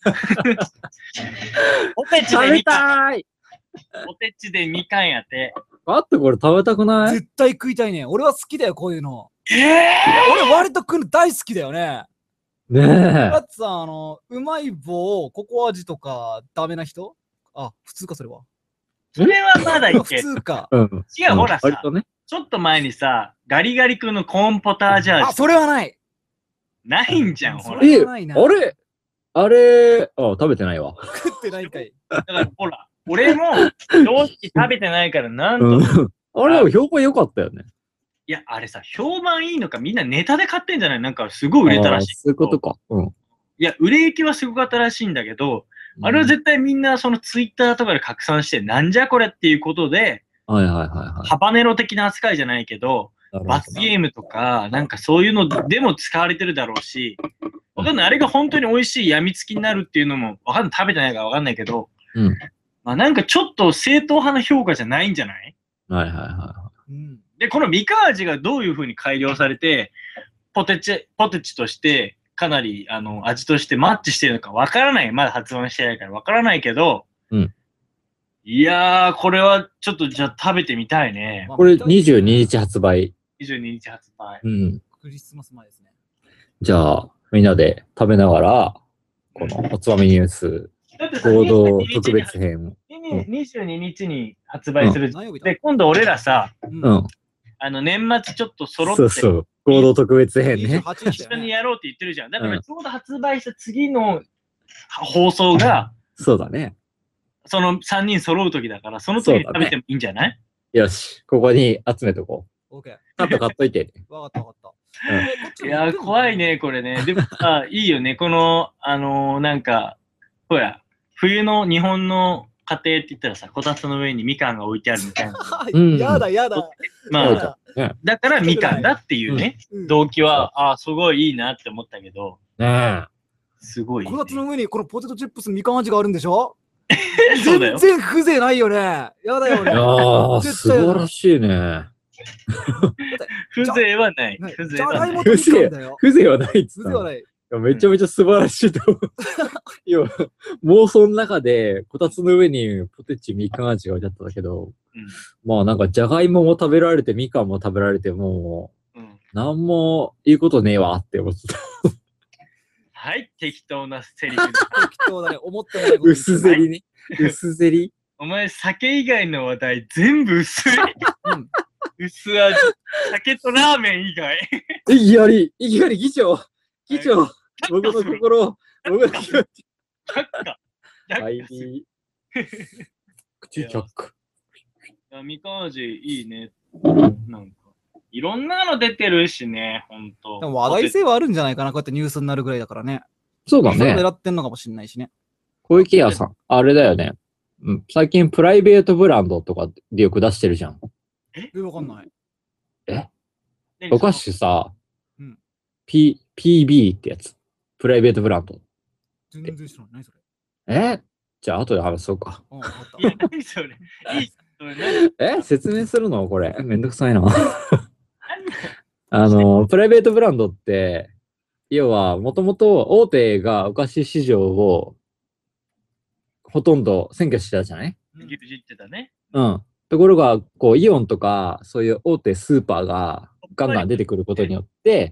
ポテチ食べでみかん。 たいポテチでみかんやって。 あってこれ食べたくない？ 絶対食いたいね。俺は好きだよ、こういうの。 ええ俺割と食うの大好きだよね。 ねだってさ、あの、うまい棒、ココア味とかダメな人？あ、普通か、それは。 それはまだい普ける。 通か。 え。うん。 違う、ほらさ割とね。 ちょっと前にさ、ガリガリ君のコーンポタージュあ、 味それはない。 ないんじゃん、ほら。 それえ、 はないなあれあれ、あ、食べてないわ。 食ってないんかい。 だからほら、俺も正直食べてないからなんとも。 うん。あれ、でも評判良かったよね。 いや、あれさ、評判いいのか、みんなネタで買ってんじゃない？なんかすごい売れたらしい。 あーそういうことか。うん。 いや、売れ行きはすごかったらしいんだけど、あれは絶対みんなそのツイッターとかで拡散して、なんじゃこれっていうことで、 はいはいはいはい。 ハバネロ的な扱いじゃないけど、 なるほど罰ゲームとか、なんかそういうのでも使われてるだろうし、わかんない。あれが本当に美味しい病みつきになるっていうのも、わかんない。食べてないからわかんないけど、 うん。 まあなんかちょっと正統派な評価じゃないんじゃない？ はいはいはうん。 で、このみかん味がどういう風に改良されて、ポテチ、ポテチとして、かなりあの味としてマッチしてるのかわからない。まだ発売してないからわからないけど、 うんいやー、これはちょっとじゃあ食べてみたいね。 い。これにじゅうににち発売。 にじゅうににち発売。 うん。 クリスマス前ですね。 じゃあ、みんなで食べながら、このおつまみニュースだってさ合同特別編。 にじゅうににちに発売する。 何曜日だ？ で、今度俺らさ、 ううんん。 あの年末ちょっと揃ってそうそう。合同特別編ね。 にじゅうはちにち一緒だよね。 にやろうって言ってるじゃん。だかうんらちょうど発売した次の放送が、 そうだね。 そのさんにん揃う時だから、その時に食べてもいいんじゃない？ よし。ここに集めとこう。 オッケー。 カット買っといて。 わかったわかった。 うんえこっちいやー、怖い。ね、これね。でもさ、いいよね。この、あのーなんか、ほら、冬の日本の家庭って言ったらさ、こたつの上にみかんが置いてあるみたいな。 うんやだやだ。 まやあ、 だだからみかんだっていうね、 うん動機は、ああ、すごいいいなって思ったけど、 ねすごいいいね、 こたつの上にこのポテトチップスみかん味があるんでしょ？ そうだよ全然風情ないよね。やだよえ。い俺。 やー、素絶対晴らしいね。 風情はない。 ね風じゃ情はない。 がいもとみかんだよ。 風情はないっつったの。 風情はない。 いやめちゃめちゃ素晴らしいと思う。いや、妄想の中で、こたつの上にポテチみかん味が置いてあったんだけど、 うんまあなんか、じゃがいもも食べられて、みかんも食べられて、もうんう、なんも言うことねえわって思ってた。 はい、適当なセリフ。 適当だね。思ってもないこと言って薄ゼリね。薄ゼリ。 お前、酒以外の話題全部薄い。 うん薄味。酒とラーメン以外。 いきなり、いきなり議長、議長、僕の心を、僕の気持ち。 却下。却はい下する。。 口却下。 いやみかん味いいね。なんか、いろんなの出てるしね、ほんと。 でも話題性はあるんじゃないかな。こうやってニュースになるぐらいだからね。 そうだね。 そういうの狙ってんのかもしれないしね。 小池屋さん、あれだよね。うん、最近プライベートブランドとかでよく出してるじゃん。 え、わかんない。 お菓子さ、 うん P、ピービー ってやつ。プライベートブランド。 全然知らない。何それ。 えじゃあ後で話そうか。 うん、わかったい。や、何それ。いい。それ何え説明するのこれ。めんどくさいな。あの、プライベートブランドって、要は、もともと大手がお菓子市場をほとんど占拠してたじゃない？ うん牛耳ってたね。 うん。 ところが、こう、イオンとか、そういう大手スーパーがガンガン出てくることによって、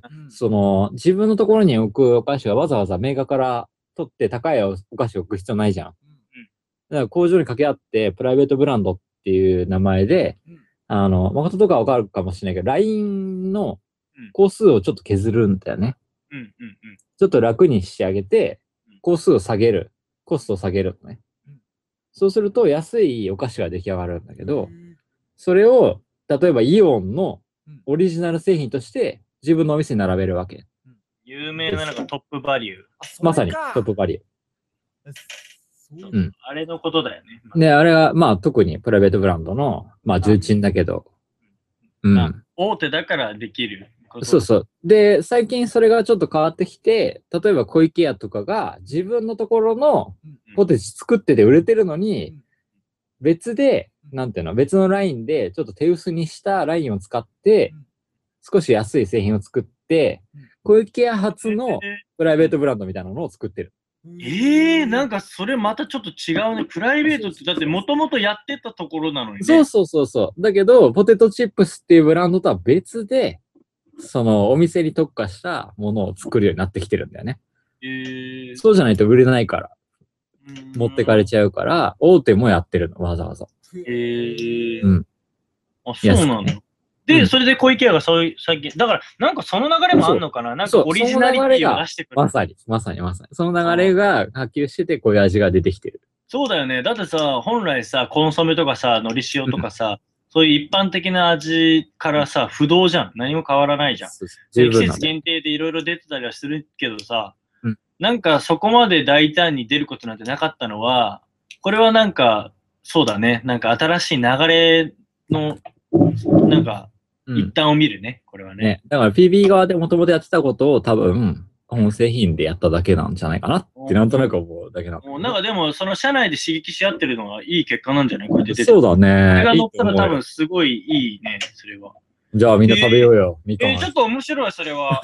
その、自分のところに置くお菓子はわざわざメーカーから取って高いお菓子を置く必要ないじゃん。だから工場に掛け合って、プライベートブランドっていう名前で、あの、誠とかわかるかもしれないけど、ライン の工数をちょっと削るんだよね。ちょっと楽にしてあげて、工数を下げる。コストを下げるのね。そうすると安いお菓子が出来上がるんだけど、それを、例えばイオンのオリジナル製品として自分のお店に並べるわけ。 有名なのがトップバリュー。 まさにトップバリュー。うん。 あれのことだよね。 で、あれは、まあ特にプライベートブランドの、まあ重鎮だけど、 うん。大手だからできる。 そうそう。で、最近それがちょっと変わってきて、例えば小池屋とかが自分のところのポテチ作ってて売れてるのに、別で、なんていうの、別のラインでちょっと手薄にしたラインを使って、少し安い製品を作って、小池屋発のプライベートブランドみたいなのを作ってる。 ええー、なんかそれまたちょっと違うね。プライベートってだってもともとやってたところなのにね。 そうそうそうそう。だけど、ポテトチップスっていうブランドとは別で、そのお店に特化したものを作るようになってきてるんだよね。 えー、 そうじゃないと売れないから。持ってかれちゃうから、大手もやってるの、わざわざ。 へえー。 うん。 あ、そうなんだ。で、うん、それで小池屋がそういう、最近、だから、なんかその流れもあんのかな、なんかオリジナリティを出してくる。 まさに、まさに、まさに。その流れが波及してて、こういう味が出てきてる。 そうだよね。だってさ、本来さ、コンソメとかさ、のり塩とかさ、そういう一般的な味からさ、不動じゃん。何も変わらないじゃん。季節限定でいろいろ出てたりはするけどさ、うん、なんかそこまで大胆に出ることなんてなかったのは、これはなんか、そうだね。なんか新しい流れの、なんか、一端を見るね、これはね。ね、 だから ピービー 側でもともとやってたことを多分、本製品でやっただけなんじゃないかなってなんとなく思うだけなの。なんかでも、その社内で刺激し合ってるのはいい結果なんじゃないこれ出てそうだね。 これが乗ったら多分すごいいいね、それは。 じゃあみんな食べようよ。 えー、えー、ちょっと面白い、それは。うん。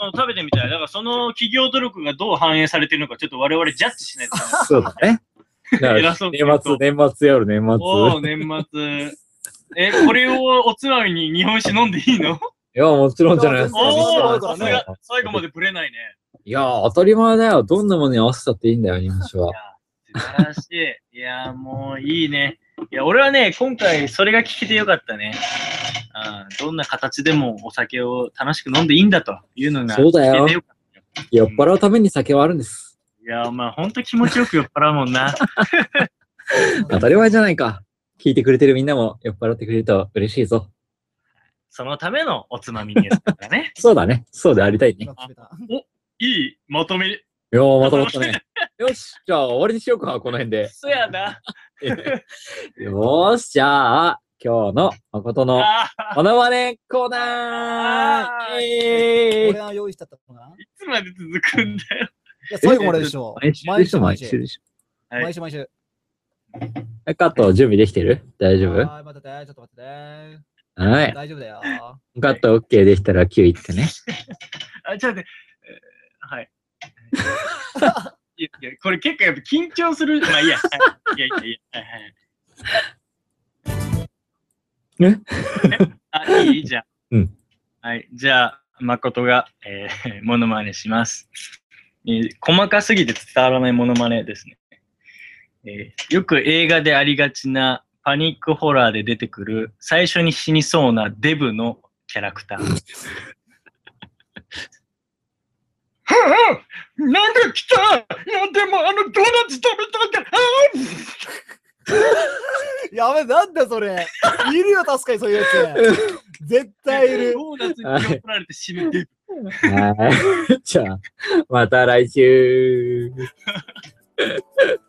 食べてみたい。だからその企業努力がどう反映されてるのか、ちょっと我々ジャッジしないと。 そうだね。だから年末、年末やる、年末。 お年末。え、これをおつまみに日本酒飲んでいいの？ いや、もちろんじゃないですか。 おー、さすが、最後までぶれないね。 いやー、当たり前だよ。どんなものに合わせたっていいんだよ、日本酒は。 いや、素晴らしい。いや、もういいね。いや、俺はね、今回それが聞けてよかったね。あどんな形でもお酒を楽しく飲んでいいんだというのが聞けてよかった。そうだよ。 酔っ払うために酒はあるんです。 いや、まあ、ほんと気持ちよく酔っ払うもんな。 当たり前じゃないか。聞いてくれてるみんなも酔っ払ってくれると嬉しいぞ。 そのためのおつまみニュースだからね。 そうだね。そうでありたいね。 お、いいまとめ。いやー、まとまったね。よし、じゃあ終わりにしようか、この辺で。 そやな。 よーし、じゃあ、今日の誠のモノマネコーナーえー、俺は用意したったのかな？ いつまで続くんだよ。 いや、最後まででしょ。 毎週毎週でしょ。 毎週毎週。 カット準備できてる？大丈夫？ はい、待ってて、ちょっと待ってて。 はい。 大丈夫だよ。 カット OK できたらきゅういってね。 あ、ちょっと待って。はい。いや、いやこれ結構やっぱ緊張する。まあいいや。いやいやいや。はいはい。えあ、いいじゃあ。 うん。 はい。じゃあ、誠が、えー、モノマネします、えー。細かすぎて伝わらないモノマネですね。えー、よく映画でありがちなパニックホラーで出てくる最初に死にそうなデブのキャラクター。はあ、なんか来た。いや、でもあのドーナツ食べたんだ。 やべ、なんだそれ。いるよ、確かにそういうやつ。絶対いる。 ドーナツに怒られて死ぬデブ。 はい。じゃあ、また来週。